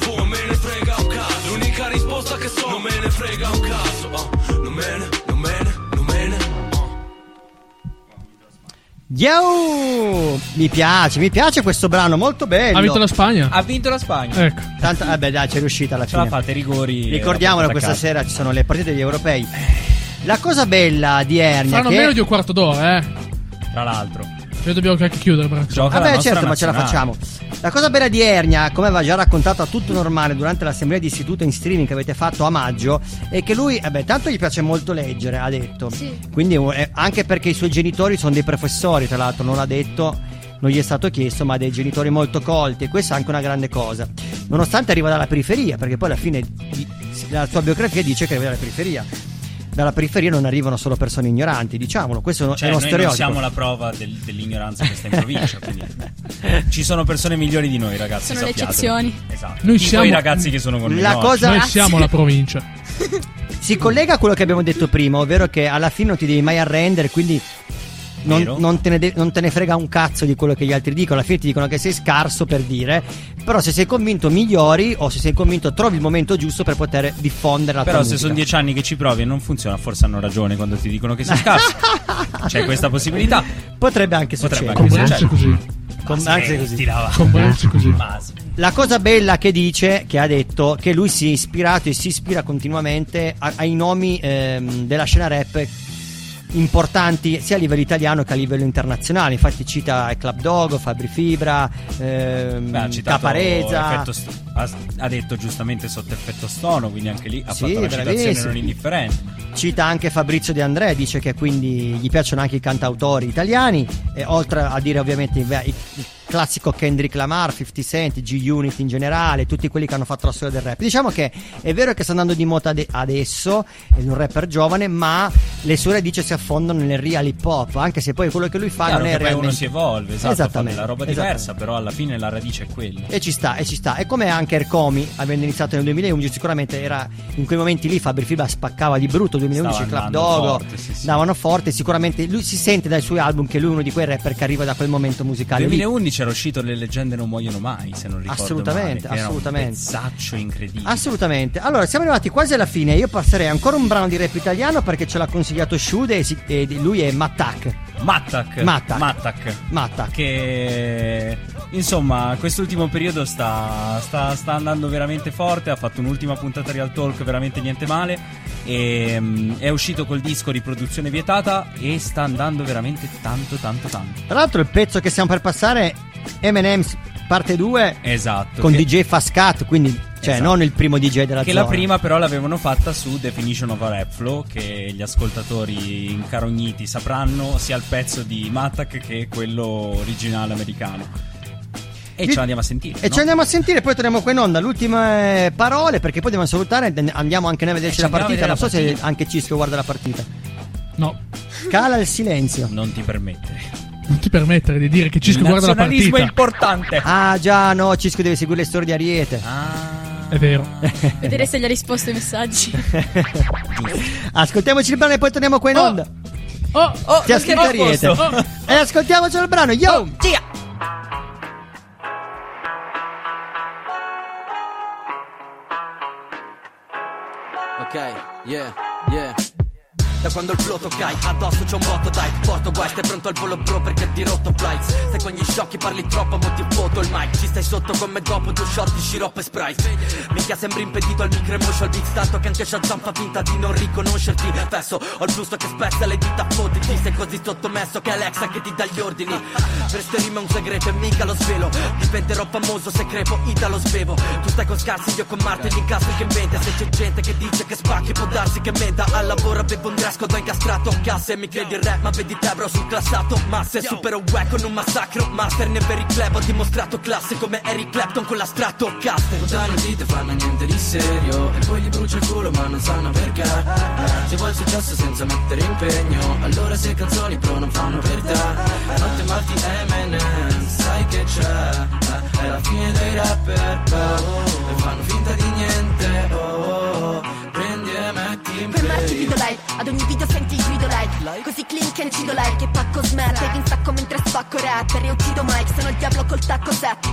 S4: Yo! Mi piace questo brano, molto bello.
S5: Ha vinto la Spagna.
S6: Ha vinto la Spagna.
S5: Ecco.
S4: Tanto, vabbè, dai, c'è riuscita alla
S6: Ce la
S4: fine.
S6: fate, rigori.
S4: Ricordiamolo, questa sera ci sono le partite degli europei. La cosa bella di Ernia
S5: Fanno meno di un quarto d'ora,
S6: Tra l'altro.
S5: Noi dobbiamo anche chiudere,
S4: vabbè, certo, ma ce la facciamo. La cosa bella di Ernia, come aveva già raccontato a Tutto Normale durante l'assemblea di istituto in streaming che avete fatto a maggio, è che lui, tanto gli piace molto leggere, ha detto.
S7: Sì.
S4: Quindi anche perché i suoi genitori sono dei professori, tra l'altro non l'ha detto, non gli è stato chiesto, ma dei genitori molto colti, e questa è anche una grande cosa. Nonostante arriva dalla periferia, perché poi alla fine la sua biografia dice che arriva dalla periferia. Dalla periferia non arrivano solo persone ignoranti, diciamolo, questo è uno stereotipo.
S6: Noi non siamo la prova dell'ignoranza che sta in provincia, quindi ci sono persone migliori di noi, ragazzi.
S7: Sono le
S6: sappiatelo.
S7: eccezioni.
S6: Esatto.
S5: Noi
S6: siamo i ragazzi che sono con noi.
S5: Noi siamo la provincia.
S4: Si collega a quello che abbiamo detto prima, ovvero che alla fine non ti devi mai arrendere, quindi non te ne frega un cazzo di quello che gli altri dicono. Alla fine ti dicono che sei scarso, per dire, però se sei convinto migliori, o se sei convinto trovi il momento giusto per poter diffondere la tua
S6: Però
S4: musica.
S6: se sono 10 anni che ci provi e non funziona, forse hanno ragione quando ti dicono che sei scarso. C'è questa possibilità.
S4: Potrebbe anche succedere.
S5: Combrezzi così.
S4: Combrezzi così. La cosa bella che dice, che ha detto, che lui si è ispirato e si ispira continuamente ai nomi della scena rap importanti sia a livello italiano che a livello internazionale. Infatti cita Club Dogo, Fabri Fibra, Caparezza.
S6: Ha detto giustamente sotto effetto stono, quindi anche lì ha
S4: Sì,
S6: fatto una citazione
S4: bravissimo.
S6: non indifferente.
S4: Cita anche Fabrizio De André, dice che quindi gli piacciono anche i cantautori italiani, e oltre a dire ovviamente il classico Kendrick Lamar, 50 Cent, G-Unit in generale, tutti quelli che hanno fatto la storia del rap. Diciamo che è vero che sta andando di moda adesso, è un rapper giovane, ma le sue radici si affondano nel real hip hop, anche se poi quello che lui fa
S6: Chiaro
S4: non è
S6: che poi
S4: realmente...
S6: uno si evolve, esatto, fa
S4: Esattamente,
S6: della roba diversa, però alla fine la radice è quella.
S4: E ci sta. E come anche Ercomi, avendo iniziato nel 2011, sicuramente era in quei momenti lì Fabri Fibra spaccava di brutto. 2011 Club Dogo davano forte, sicuramente lui si sente dai suoi album che lui è uno di quei rapper che arriva da quel momento musicale.
S6: 2011 era uscito Le leggende non muoiono mai, se non ricordo
S4: Assolutamente,
S6: male,
S4: assolutamente.
S6: Era un pezzaccio incredibile.
S4: Assolutamente. Allora, siamo arrivati quasi alla fine. Io passerei ancora un brano di rap italiano perché ce l'ha consigliato Shude e lui è Mattac.
S6: Che insomma quest'ultimo periodo sta andando veramente forte. Ha fatto un'ultima puntata Real Talk veramente niente male, e è uscito col disco Riproduzione Vietata e sta andando veramente tanto.
S4: Tra l'altro il pezzo che stiamo per passare è M&M's parte 2,
S6: esatto,
S4: con DJ Fascat, quindi
S6: esatto,
S4: non il primo DJ della
S6: che
S4: zona.
S6: la prima però l'avevano fatta su Definition of a Rap Flow, che gli ascoltatori incarogniti sapranno sia il pezzo di Mattac che quello originale americano. E ce l'andiamo a sentire.
S4: E ce l'andiamo a sentire, poi torniamo qua in onda. Le ultime parole, perché poi dobbiamo salutare. Andiamo anche noi a vederci la partita. Non so se anche Cisco guarda la partita.
S5: No.
S4: Cala il silenzio.
S6: Non ti permettere.
S5: Non ti permettere di dire che Cisco guarda la partita.
S6: Il nazionalismo è importante.
S4: Ah già, no, Cisco deve seguire le storie di Ariete.
S5: È vero.
S7: Vedere se gli ha risposto ai messaggi.
S4: Ascoltiamoci il brano e poi torniamo qua in onda. Ti ha scritto Ariete. E ascoltiamoci il brano. Yo!
S6: Tia!
S2: Ok, yeah. Da quando il flow toccai, addosso c'è un botto dai, porto guai, stai pronto al volo bro perché ti rotto flights. Se con gli sciocchi parli troppo, mo ti foto il mic. Ci stai sotto come dopo 2 shot di sciroppo e Sprite. Minchia sembri impedito al micro emotion al beat, tanto che anche Shazam fa finta di non riconoscerti. Fesso, ho il giusto che spezza le dita, fottiti. Sei così sottomesso che è Alexa che ti dà gli ordini. Per ste rime è un segreto e mica lo svelo. Diventerò famoso se crepo, Italo svevo. Tu stai con scarsi, io con Marte, gli incastri che inventa. Se c'è gente che dice che spacchi, può darsi che menta. Al lavoro avevo un dress code incastrato, casse, mi credi il rap ma vedi te bro sul classato. Masse, supero wack con un massacro. Master nei veri club, ho dimostrato classe come Eric Clapton con l'astratto. Caste
S12: Puttane dite fanno niente di serio e poi gli brucia il culo ma non sanno perché. Se vuoi il successo senza mettere impegno, allora se canzoni pro non fanno per te. Notte malti M&M, sai che c'è, è la fine dei rapper, e fanno finta di niente, prendi e metti in
S13: Per me ti
S12: play.
S13: video live, ad ogni video senti il grido like. Così clean che incido like, che pacco smack. Che instacco mentre spacco rapper e uccido Mike. Sono il diavolo col tacco set e non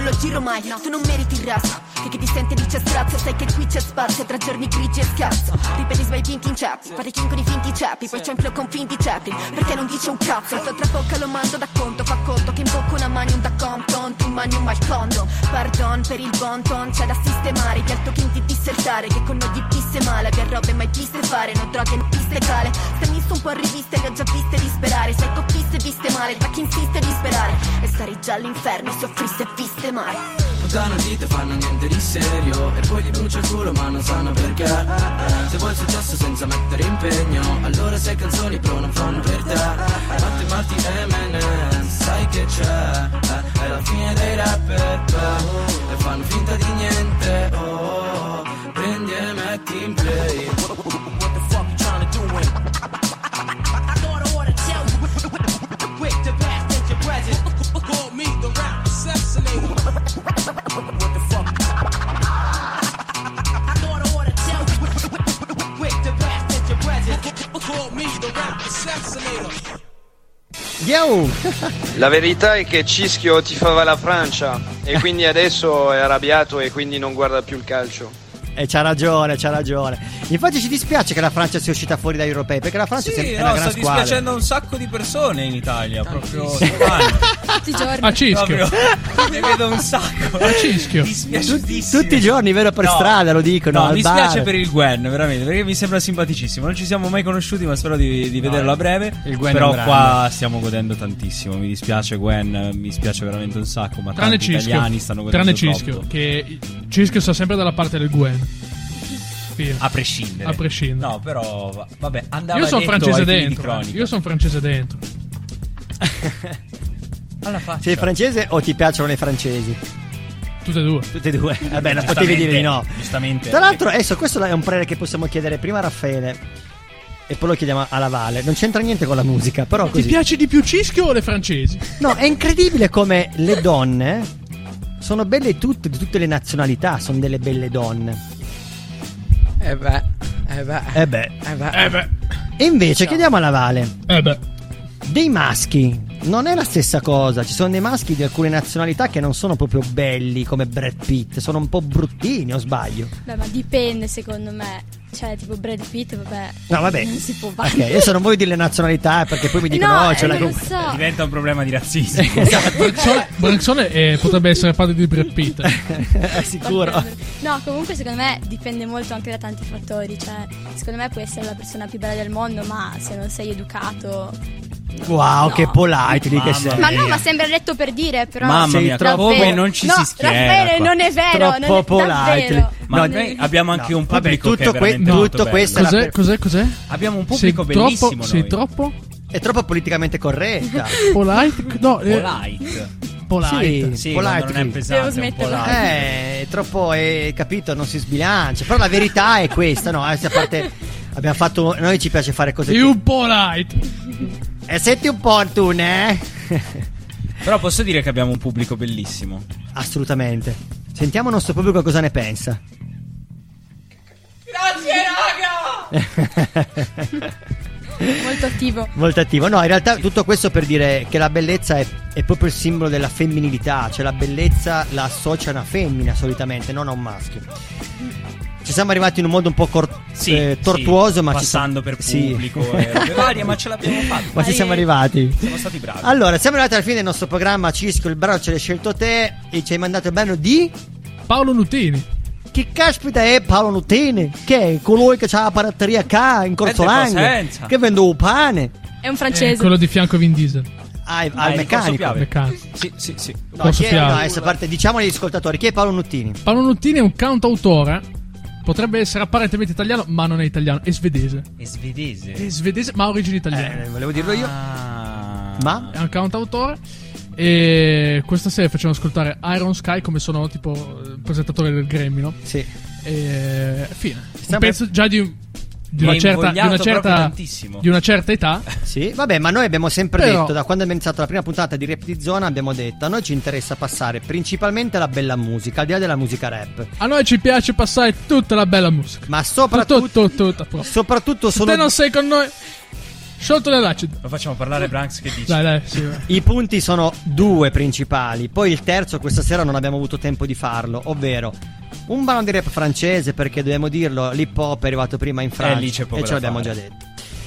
S13: lo giro mai. Tu non meriti il razzo, che ti sente dice strazio. Sai che qui c'è spazio tra giorni grigi e scarso. Ripeti i finti inceppi, fate king con i finti ceppi. Poi c'emplo con finti ceppi, perché non dice un cazzo. Sto tra bocca lo mando da conto, fa conto che in bocca una mani un da compton. Tu mani un mal condo, pardon per il bon ton. C'è da sistemare, di alto king ti dissertare. Che con noi gli pisse male, abbia robe mai piste fare. Non droghe, non piste cale. Stai misto un po' a riviste, le ho già viste disperare. Sai coppiste viste male, tra chi insiste disperare. E stare già all'inferno, soffriste e viste male.
S12: Puttana di te fanno niente di serio e poi gli brucia il culo ma non sanno perché. Se vuoi il successo senza mettere impegno, allora sei canzoni però non fanno per te. Matti M&M, sai che c'è, è la fine dei rapper e fanno finta di niente. Oh, prendi e metti in play. What the fuck you trying to do? I don't wanna tell you. Quick to pass into present. Call me the rap assassinator. What the fuck? I don't wanna tell you. Quick to pass into present. Call me the rap assassinator.
S4: Yo!
S3: La verità è che Cischio tifava la Francia e quindi adesso è arrabbiato e quindi non guarda più il calcio.
S4: E c'ha ragione. Infatti ci dispiace che la Francia sia uscita fuori dagli europei, perché la Francia è una gran
S6: sta
S4: squadra.
S6: dispiacendo un sacco di persone in Italia, proprio
S7: Tutti i giorni.
S5: A Cischio.
S6: ne vedo un sacco.
S5: A Cischio.
S4: Tutti i giorni, vero, per strada lo dicono.
S6: No,
S4: al
S6: mi
S4: bar.
S6: spiace per il Gwen, veramente, perché mi sembra simpaticissimo. Non ci siamo mai conosciuti, ma spero di vederlo a breve.
S4: Il Gwen
S6: però
S4: è un
S6: qua
S4: grande.
S6: stiamo godendo tantissimo. Mi dispiace Gwen, mi spiace veramente un sacco, ma
S5: Tranne
S6: tanti
S5: Cischio.
S6: italiani stanno godendo
S5: Tranne Cischio,
S6: troppo.
S5: che Cischio sta sempre dalla parte del Gwen. Fine.
S6: A prescindere.
S5: A prescindere.
S6: No, però vabbè, andava
S5: Io sono
S6: detto
S5: francese
S6: ai fini di
S5: dentro.
S6: cronaca.
S5: Io sono francese dentro.
S6: Alla faccia.
S4: Sei francese o ti piacciono le francesi?
S5: Tutte e due.
S4: Tutte e due. Vabbè, non potevi dire di no.
S6: Giustamente.
S4: Tra l'altro, adesso questo è un parere che possiamo chiedere prima a Raffaele e poi lo chiediamo alla Vale. Non c'entra niente con la musica, però
S5: Ti
S4: così.
S5: piace di più Cischio o le francesi?
S4: No, è incredibile come le donne sono belle tutte, di tutte le nazionalità, sono delle belle donne.
S8: Eh beh.
S4: E invece chiediamo alla Vale.
S5: Beh.
S4: Dei maschi non è la stessa cosa. Ci sono dei maschi di alcune nazionalità che non sono proprio belli come Brad Pitt, sono un po' bruttini, o sbaglio?
S7: Beh, ma dipende secondo me. Cioè, tipo Brad Pitt, vabbè.
S4: No, vabbè.
S7: Non si può
S4: Ok, adesso non voglio dire le nazionalità perché poi mi dicono
S7: No,
S4: c'è la
S7: non lo so.
S6: Diventa un problema di razzismo.
S5: Branzone potrebbe essere padre di Brad Pitt.
S4: È sicuro.
S7: No, comunque secondo me dipende molto anche da tanti fattori. Cioè, secondo me puoi essere la persona più bella del mondo, ma se non sei educato.
S4: Wow,
S7: No.
S4: che polite lì che sei.
S7: Ma no, ma sembra detto per dire, però.
S6: Mamma mia,
S4: troppo-
S6: come non ci
S7: no,
S6: si schiera
S7: Raffaele,
S6: qua.
S7: non è vero,
S4: Troppo
S7: non è
S4: polite.
S7: davvero.
S6: Ma
S7: Non
S6: noi
S7: è-
S6: abbiamo anche un pubblico
S4: Vabbè,
S6: che è veramente molto
S4: tutto
S6: bello.
S4: questo è la-
S5: Cos'è?
S6: Abbiamo un pubblico bellissimo
S5: Sei
S6: noi.
S5: troppo
S4: è troppo politicamente corretta.
S5: polite? No,
S6: Polite.
S5: polite.
S6: Sì,
S4: polite
S6: quando non è
S4: qui.
S6: pesante,
S7: Devo
S6: un
S7: smetterla.
S6: polite.
S4: È troppo, capito, non si sbilancia. Però la verità è questa, no? A parte abbiamo fatto, noi ci piace fare cose
S5: Sei un polite.
S4: E senti un po' tu, ne?
S6: Però posso dire che abbiamo un pubblico bellissimo.
S4: Assolutamente. Sentiamo il nostro pubblico cosa ne pensa.
S7: Molto attivo.
S4: Molto attivo. No, in realtà tutto questo per dire che la bellezza è proprio il simbolo della femminilità. Cioè la bellezza la associa a una femmina solitamente, non a un maschio. Ci siamo arrivati in un modo un po' tortuoso, ma
S6: passando per pubblico e robe varie, ma ce l'abbiamo fatta.
S4: Ma ci siamo arrivati.
S6: Siamo stati bravi.
S4: Allora, siamo arrivati alla fine del nostro programma Cisco, il brano ce l'hai scelto te e ci hai mandato il brano di
S5: Paolo Nutini.
S4: Che caspita è Paolo Nutini? Che è colui che c'ha la paratteria qua in Corso Lange,
S6: Senza.
S4: che vende un pane
S7: È un francese.
S5: Quello di fianco a Vin Diesel.
S4: al
S6: di Corso
S4: meccanico.
S6: Piave.
S5: Meccanico.
S6: Sì.
S4: No,
S5: Corso
S4: chi è?
S5: Piave.
S4: No, adesso parte, diciamo agli ascoltatori, chi è Paolo Nutini?
S5: Paolo Nutini è un cantautore. Potrebbe essere apparentemente italiano, ma non è italiano, è svedese.
S6: È svedese.
S5: È svedese, ma ha origini italiane.
S4: Volevo dirlo io. Ma?
S5: È un cantautore. E questa sera facciamo ascoltare Iron Sky, come sono tipo presentatore del Grammy, no?
S4: Sì.
S5: E fine. Un
S4: Stiamo-
S5: pezzo già di
S6: Mi ha invogliato proprio tantissimo.
S5: di una certa età.
S4: Sì, vabbè, ma noi abbiamo sempre
S5: Però-
S4: detto, da quando abbiamo iniziato la prima puntata di Rap di Zona, abbiamo detto, a noi ci interessa passare principalmente la bella musica, al di là della musica rap.
S5: A noi ci piace passare tutta la bella musica.
S4: Ma soprattutto,
S5: Tutta.
S4: soprattutto
S5: Se
S4: sono...
S5: te non sei con noi, Sciolto dell'acido.
S6: Lo facciamo parlare Branks, che dici?
S5: Dai, sì.
S4: I punti sono 2 principali. Poi il terzo questa sera non abbiamo avuto tempo di farlo, ovvero un brano di rap francese, perché dobbiamo dirlo, l'hip hop è arrivato prima in Francia
S6: lì c'è poco
S4: e ce
S6: da
S4: l'abbiamo
S6: fare.
S4: già detto.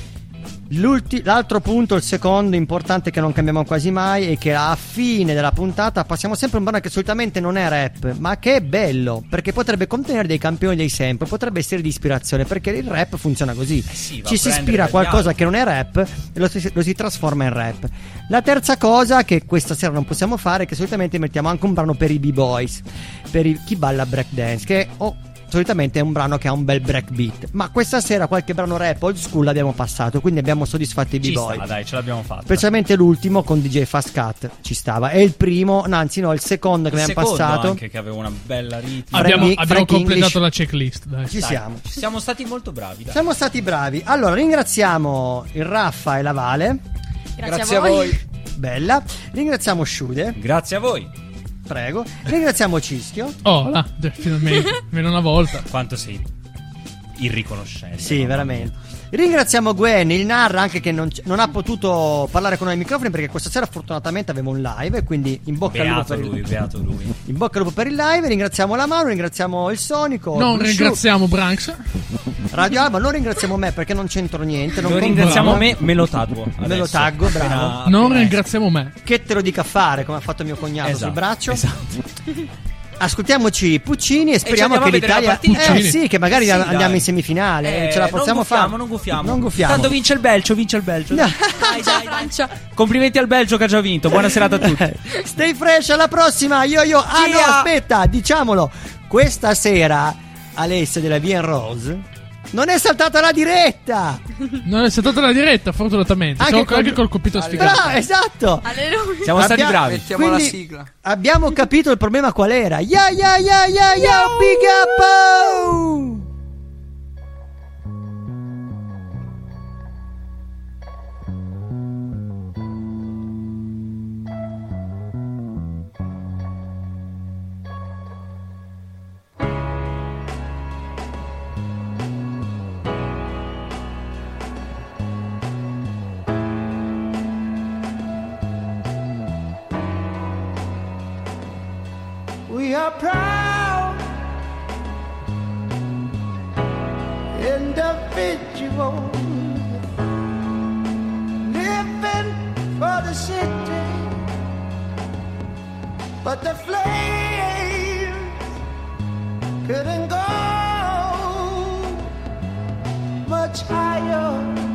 S4: L'altro punto, il secondo importante, che non cambiamo quasi mai, è che a fine della puntata passiamo sempre un brano che solitamente non è rap, ma che è bello, perché potrebbe contenere dei campioni dei sample, potrebbe essere di ispirazione, perché il rap funziona così.
S6: Sì,
S4: Ci si ispira a qualcosa che non è rap e lo si trasforma in rap. La terza cosa che questa sera non possiamo fare è che solitamente mettiamo anche un brano per i b-boys, per chi balla breakdance, che solitamente è un brano che ha un bel breakbeat, ma questa sera qualche brano rap old school l'abbiamo passato, quindi abbiamo soddisfatto i b-boy.
S6: Ci sta, dai, ce l'abbiamo fatta.
S4: Specialmente l'ultimo con DJ Fast Cut ci stava. E il primo, il secondo che abbiamo passato,
S6: anche, che aveva una bella ritmo.
S5: Abbiamo completato
S4: English.
S5: la checklist, dai.
S4: Ci siamo.
S6: Siamo stati molto bravi, dai.
S4: Siamo stati bravi. Allora ringraziamo il Raffa e la Vale.
S8: Grazie a voi.
S4: Bella. Ringraziamo Sciude.
S6: Grazie a voi.
S4: Prego. Ringraziamo Cischio.
S5: Oh, là, finalmente, meno una volta.
S6: Quanto sei irriconoscente.
S4: Sì, veramente. Ringraziamo Gwen, il narra, anche che non ha potuto parlare con noi ai microfoni, perché questa sera fortunatamente avevo un live, e quindi in bocca al lupo per
S6: beato lui.
S4: In bocca al lupo per il live. Ringraziamo la Manu, ringraziamo il Sonico.
S5: Non ringraziamo Branks.
S4: Radio Alba, non ringraziamo me perché non c'entro niente.
S6: Non ringraziamo me lo taggo.
S4: Me lo taggo, bravo.
S5: Non ringraziamo me.
S4: Che te lo dica fare, come ha fatto mio cognato sul braccio.
S6: Esatto.
S4: Ascoltiamoci Puccini e speriamo che l'Italia sì, che magari
S6: sì,
S4: andiamo
S6: dai.
S4: in semifinale, ce la possiamo fare.
S6: Non gufiamo. Tanto vince il Belgio. Dai,
S7: Francia.
S6: Complimenti al Belgio che ha già vinto. Buona serata a tutti.
S4: Stay fresh, alla prossima. No, aspetta, diciamolo. Questa sera Alessia della Bien Rose non è saltata la diretta.
S5: Non è saltata la diretta, fortunatamente. Anche col compito sfigato.
S4: Bravo, esatto.
S7: Alleluia.
S6: Siamo stati bravi.
S8: Mettiamo la sigla.
S4: Abbiamo capito il problema qual era. Big up.
S2: We are proud individuals living for the city, but the flames couldn't go much higher.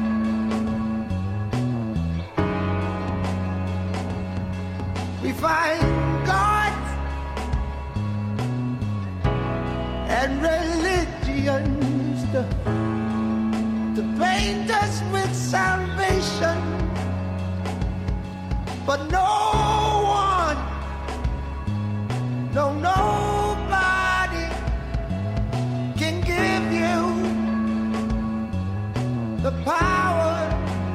S2: We find God and religions to paint us with salvation, but nobody can give you the power,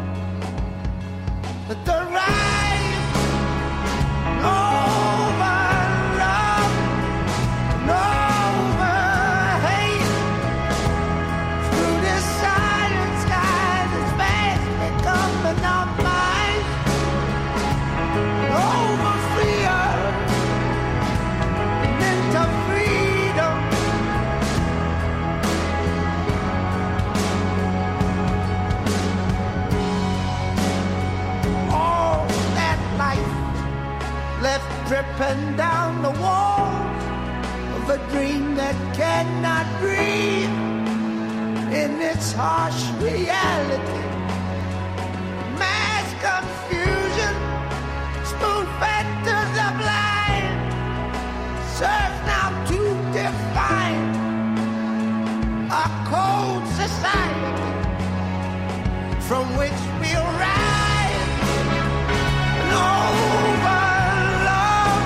S2: the right over love, over hate. Through this silent sky that's fast becoming our mind, over fear and into freedom. All that life left dripping down the walls of a dream that cannot breathe in its harsh reality. Mass confusion, spoon-fed to the blind, serves now to define our cold society from which we'll rise. Over love,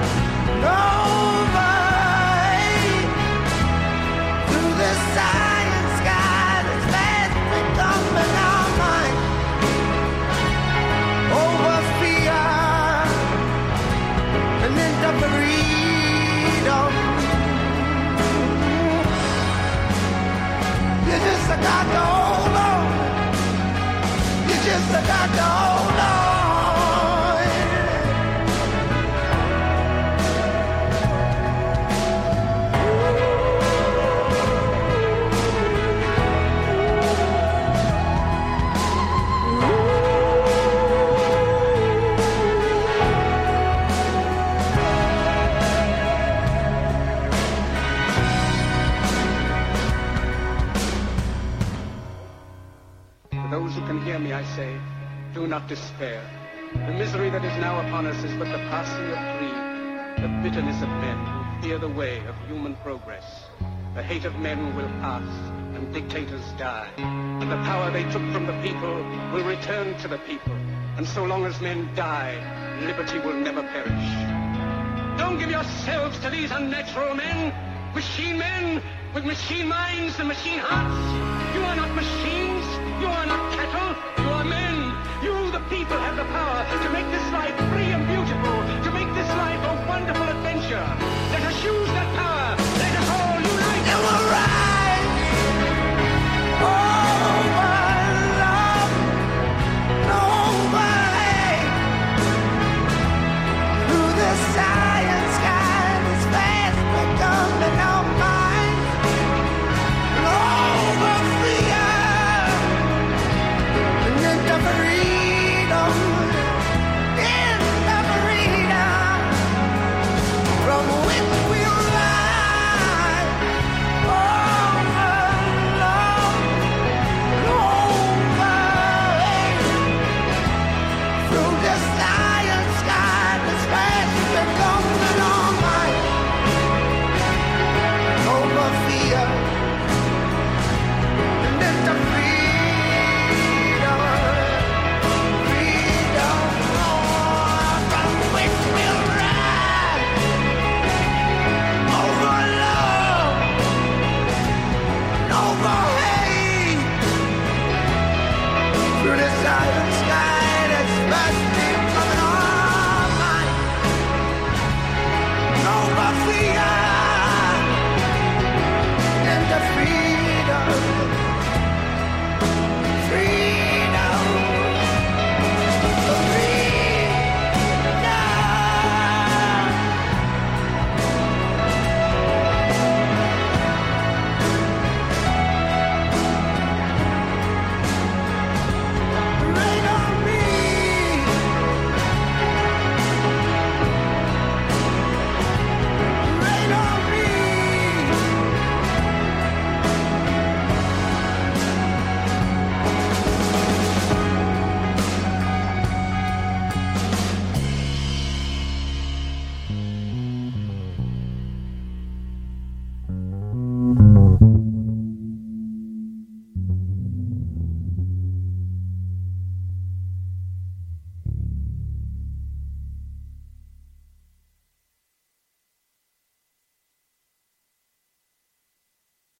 S2: over hate, through the silent sky that's fast becoming our mind, over fear and into freedom. You just got to hold on. You I got to hold on.
S14: Those who can hear me, I say, do not despair. The misery that is now upon us is but the passing of dreams, the bitterness of men who fear the way of human progress. The hate of men will pass, and dictators die. And the power they took from the people will return to the people. And so long as men die, liberty will never perish. Don't give yourselves to these unnatural men with machine minds and machine hearts. You are not machines. You are not cattle, you are men. You, the people, have the power to make this life free and beautiful.